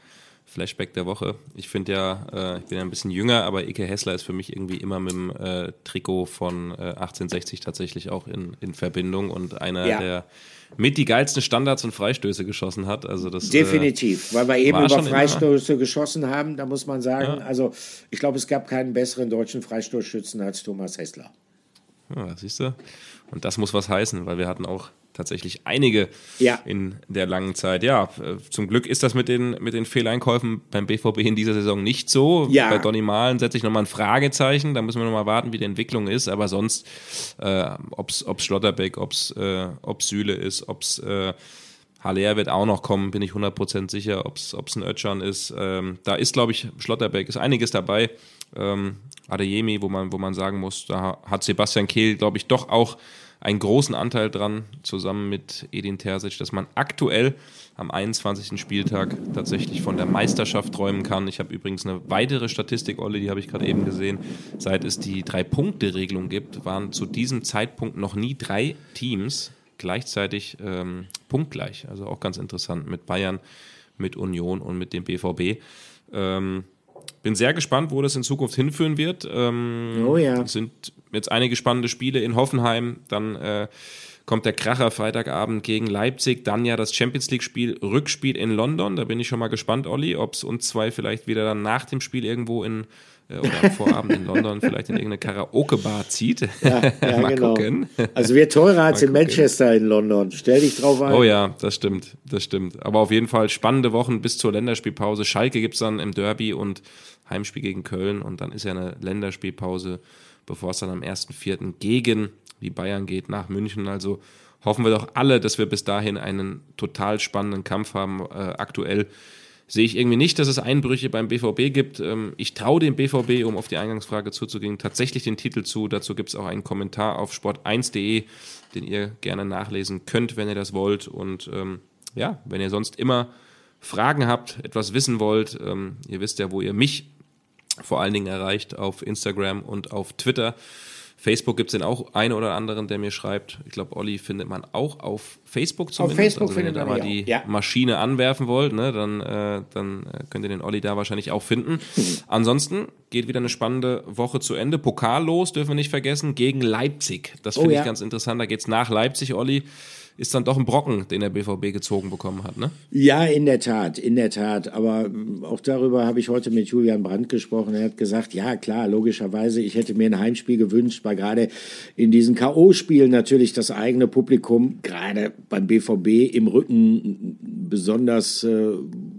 Flashback der Woche. Ich finde ja, äh, ich bin ja ein bisschen jünger, aber Ike Hessler ist für mich irgendwie immer mit dem äh, Trikot von äh, achtzehnhundertsechzig tatsächlich auch in, in Verbindung und einer, ja. der mit die geilsten Standards und Freistöße geschossen hat. Also das,
definitiv, äh, weil wir eben über Freistöße immer geschossen haben, da muss man sagen,
ja.
also ich glaube, es gab keinen besseren deutschen Freistoßschützen als Thomas Hessler.
Ja, siehst du? Und das muss was heißen, weil wir hatten auch tatsächlich einige
ja.
in der langen Zeit. Ja, zum Glück ist das mit den, mit den Fehleinkäufen beim B V B in dieser Saison nicht so.
Ja.
Bei Donny Malen setze ich nochmal ein Fragezeichen. Da müssen wir nochmal warten, wie die Entwicklung ist. Aber sonst, äh, ob es Schlotterbeck, ob es äh, Süle ist, ob es äh, Haller wird auch noch kommen, bin ich hundert Prozent sicher, ob es ein Özcan ist. Ähm, da ist, glaube ich, Schlotterbeck, ist einiges dabei. Ähm, Adeyemi, wo man, wo man sagen muss, da hat Sebastian Kehl, glaube ich, doch auch einen großen Anteil dran, zusammen mit Edin Terzic, dass man aktuell am einundzwanzigsten Spieltag tatsächlich von der Meisterschaft träumen kann. Ich habe übrigens eine weitere Statistik, Olli, die habe ich gerade eben gesehen. Seit es die Drei-Punkte-Regelung gibt, waren zu diesem Zeitpunkt noch nie drei Teams gleichzeitig ähm, punktgleich. Also auch ganz interessant mit Bayern, mit Union und mit dem B V B. Ähm, bin sehr gespannt, wo das in Zukunft hinführen wird. Ähm,
oh ja.
Es sind jetzt einige spannende Spiele in Hoffenheim. Dann äh, kommt der Kracher Freitagabend gegen Leipzig. Dann ja das Champions-League-Spiel, Rückspiel in London. Da bin ich schon mal gespannt, Olli, ob es uns zwei vielleicht wieder dann nach dem Spiel irgendwo in äh, oder am Vorabend in London vielleicht in irgendeine Karaoke-Bar zieht.
Ja, ja
mal
genau.
gucken.
Also wird teurer als in Manchester in London. Stell dich drauf ein.
Oh ja, das stimmt, das stimmt. Aber auf jeden Fall spannende Wochen bis zur Länderspielpause. Schalke gibt es dann im Derby und Heimspiel gegen Köln und dann ist ja eine Länderspielpause, bevor es dann am ersten vierten gegen die Bayern geht, nach München. Also hoffen wir doch alle, dass wir bis dahin einen total spannenden Kampf haben. Äh, aktuell sehe ich irgendwie nicht, dass es Einbrüche beim B V B gibt. Ähm, ich traue dem B V B, um auf die Eingangsfrage zuzugehen, tatsächlich den Titel zu. Dazu gibt es auch einen Kommentar auf sport eins punkt de, den ihr gerne nachlesen könnt, wenn ihr das wollt. Und ähm, ja, wenn ihr sonst immer Fragen habt, etwas wissen wollt, ähm, ihr wisst ja, wo ihr mich vor allen Dingen erreicht, auf Instagram und auf Twitter. Facebook gibt es den auch einen oder anderen, der mir schreibt. Ich glaube, Olli findet man auch auf Facebook zumindest.
Auf Facebook
also, wenn ihr
findet
da
man
mal die
ja.
Maschine anwerfen wollt, ne, dann, äh, dann könnt ihr den Olli da wahrscheinlich auch finden. Mhm. Ansonsten geht wieder eine spannende Woche zu Ende. Pokal los, dürfen wir nicht vergessen, gegen Leipzig. Das finde oh, ja. ich ganz interessant. Da geht es nach Leipzig, Olli. Ist dann doch ein Brocken, den der B V B gezogen bekommen hat, ne?
Ja, in der Tat, in der Tat. Aber auch darüber habe ich heute mit Julian Brandt gesprochen. Er hat gesagt, ja klar, logischerweise, ich hätte mir ein Heimspiel gewünscht, weil gerade in diesen K O-Spielen natürlich das eigene Publikum, gerade beim B V B im Rücken besonders äh,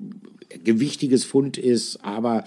gewichtiges Fund ist. Aber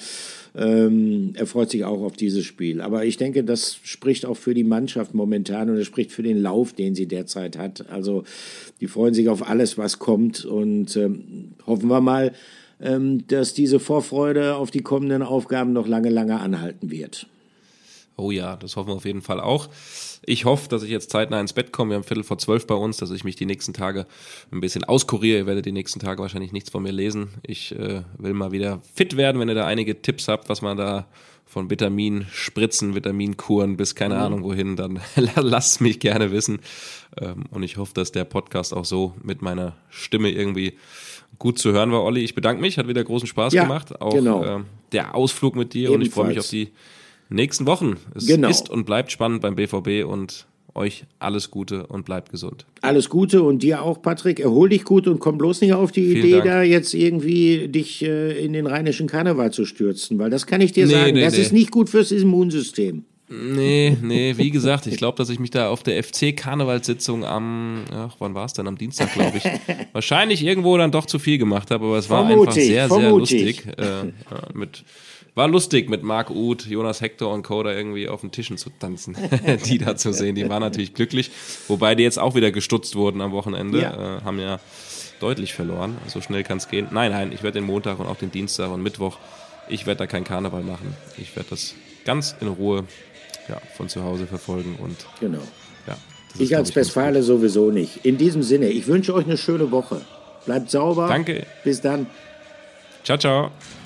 Ähm, er freut sich auch auf dieses Spiel. Aber ich denke, das spricht auch für die Mannschaft momentan und es spricht für den Lauf, den sie derzeit hat. Also die freuen sich auf alles, was kommt und ähm, hoffen wir mal, ähm, dass diese Vorfreude auf die kommenden Aufgaben noch lange, lange anhalten wird.
Oh ja, das hoffen wir auf jeden Fall auch. Ich hoffe, dass ich jetzt zeitnah ins Bett komme. Wir haben Viertel vor zwölf bei uns, dass ich mich die nächsten Tage ein bisschen auskuriere. Ihr werdet die nächsten Tage wahrscheinlich nichts von mir lesen. Ich äh, will mal wieder fit werden, wenn ihr da einige Tipps habt, was man da von Vitaminspritzen, Vitaminkuren bis keine mhm. Ahnung wohin, dann lasst mich gerne wissen. Ähm, und ich hoffe, dass der Podcast auch so mit meiner Stimme irgendwie gut zu hören war, Olli. Ich bedanke mich, hat wieder großen Spaß
ja,
gemacht. Auch
genau.
äh, der Ausflug mit dir. Ebenfalls. Und ich freue mich auf die nächsten Wochen. Es
genau.
ist und bleibt spannend beim B V B und euch alles Gute und bleibt gesund.
Alles Gute und dir auch, Patrick. Erhol dich gut und komm bloß nicht auf die
Vielen
Idee,
Dank.
da jetzt irgendwie dich äh, in den rheinischen Karneval zu stürzen, weil das kann ich dir
Nee,
sagen,
nee,
das
nee.
ist nicht gut fürs Immunsystem.
Nee, nee, wie gesagt, ich glaube, dass ich mich da auf der F C-Karnevalssitzung am, ach, wann war es denn? Am Dienstag, glaube ich, wahrscheinlich irgendwo dann doch zu viel gemacht habe, aber es war
Vermutig,
einfach sehr,
vermutig.
sehr lustig. Äh, ja, mit War lustig, mit Marc Uth, Jonas Hector und Co. da irgendwie auf den Tischen zu tanzen, die da zu sehen. Die waren natürlich glücklich, wobei die jetzt auch wieder gestutzt wurden am Wochenende,
Ja.
äh, haben ja deutlich verloren. So schnell kann es gehen. Nein, nein, ich werde den Montag und auch den Dienstag und Mittwoch, ich werde da keinen Karneval machen. Ich werde das ganz in Ruhe ja, von zu Hause verfolgen und
Genau.
ja. das ist,
Ich
glaub
als
ganz
Westfale
gut.
sowieso nicht. In diesem Sinne, ich wünsche euch eine schöne Woche. Bleibt sauber.
Danke.
Bis dann.
Ciao, ciao.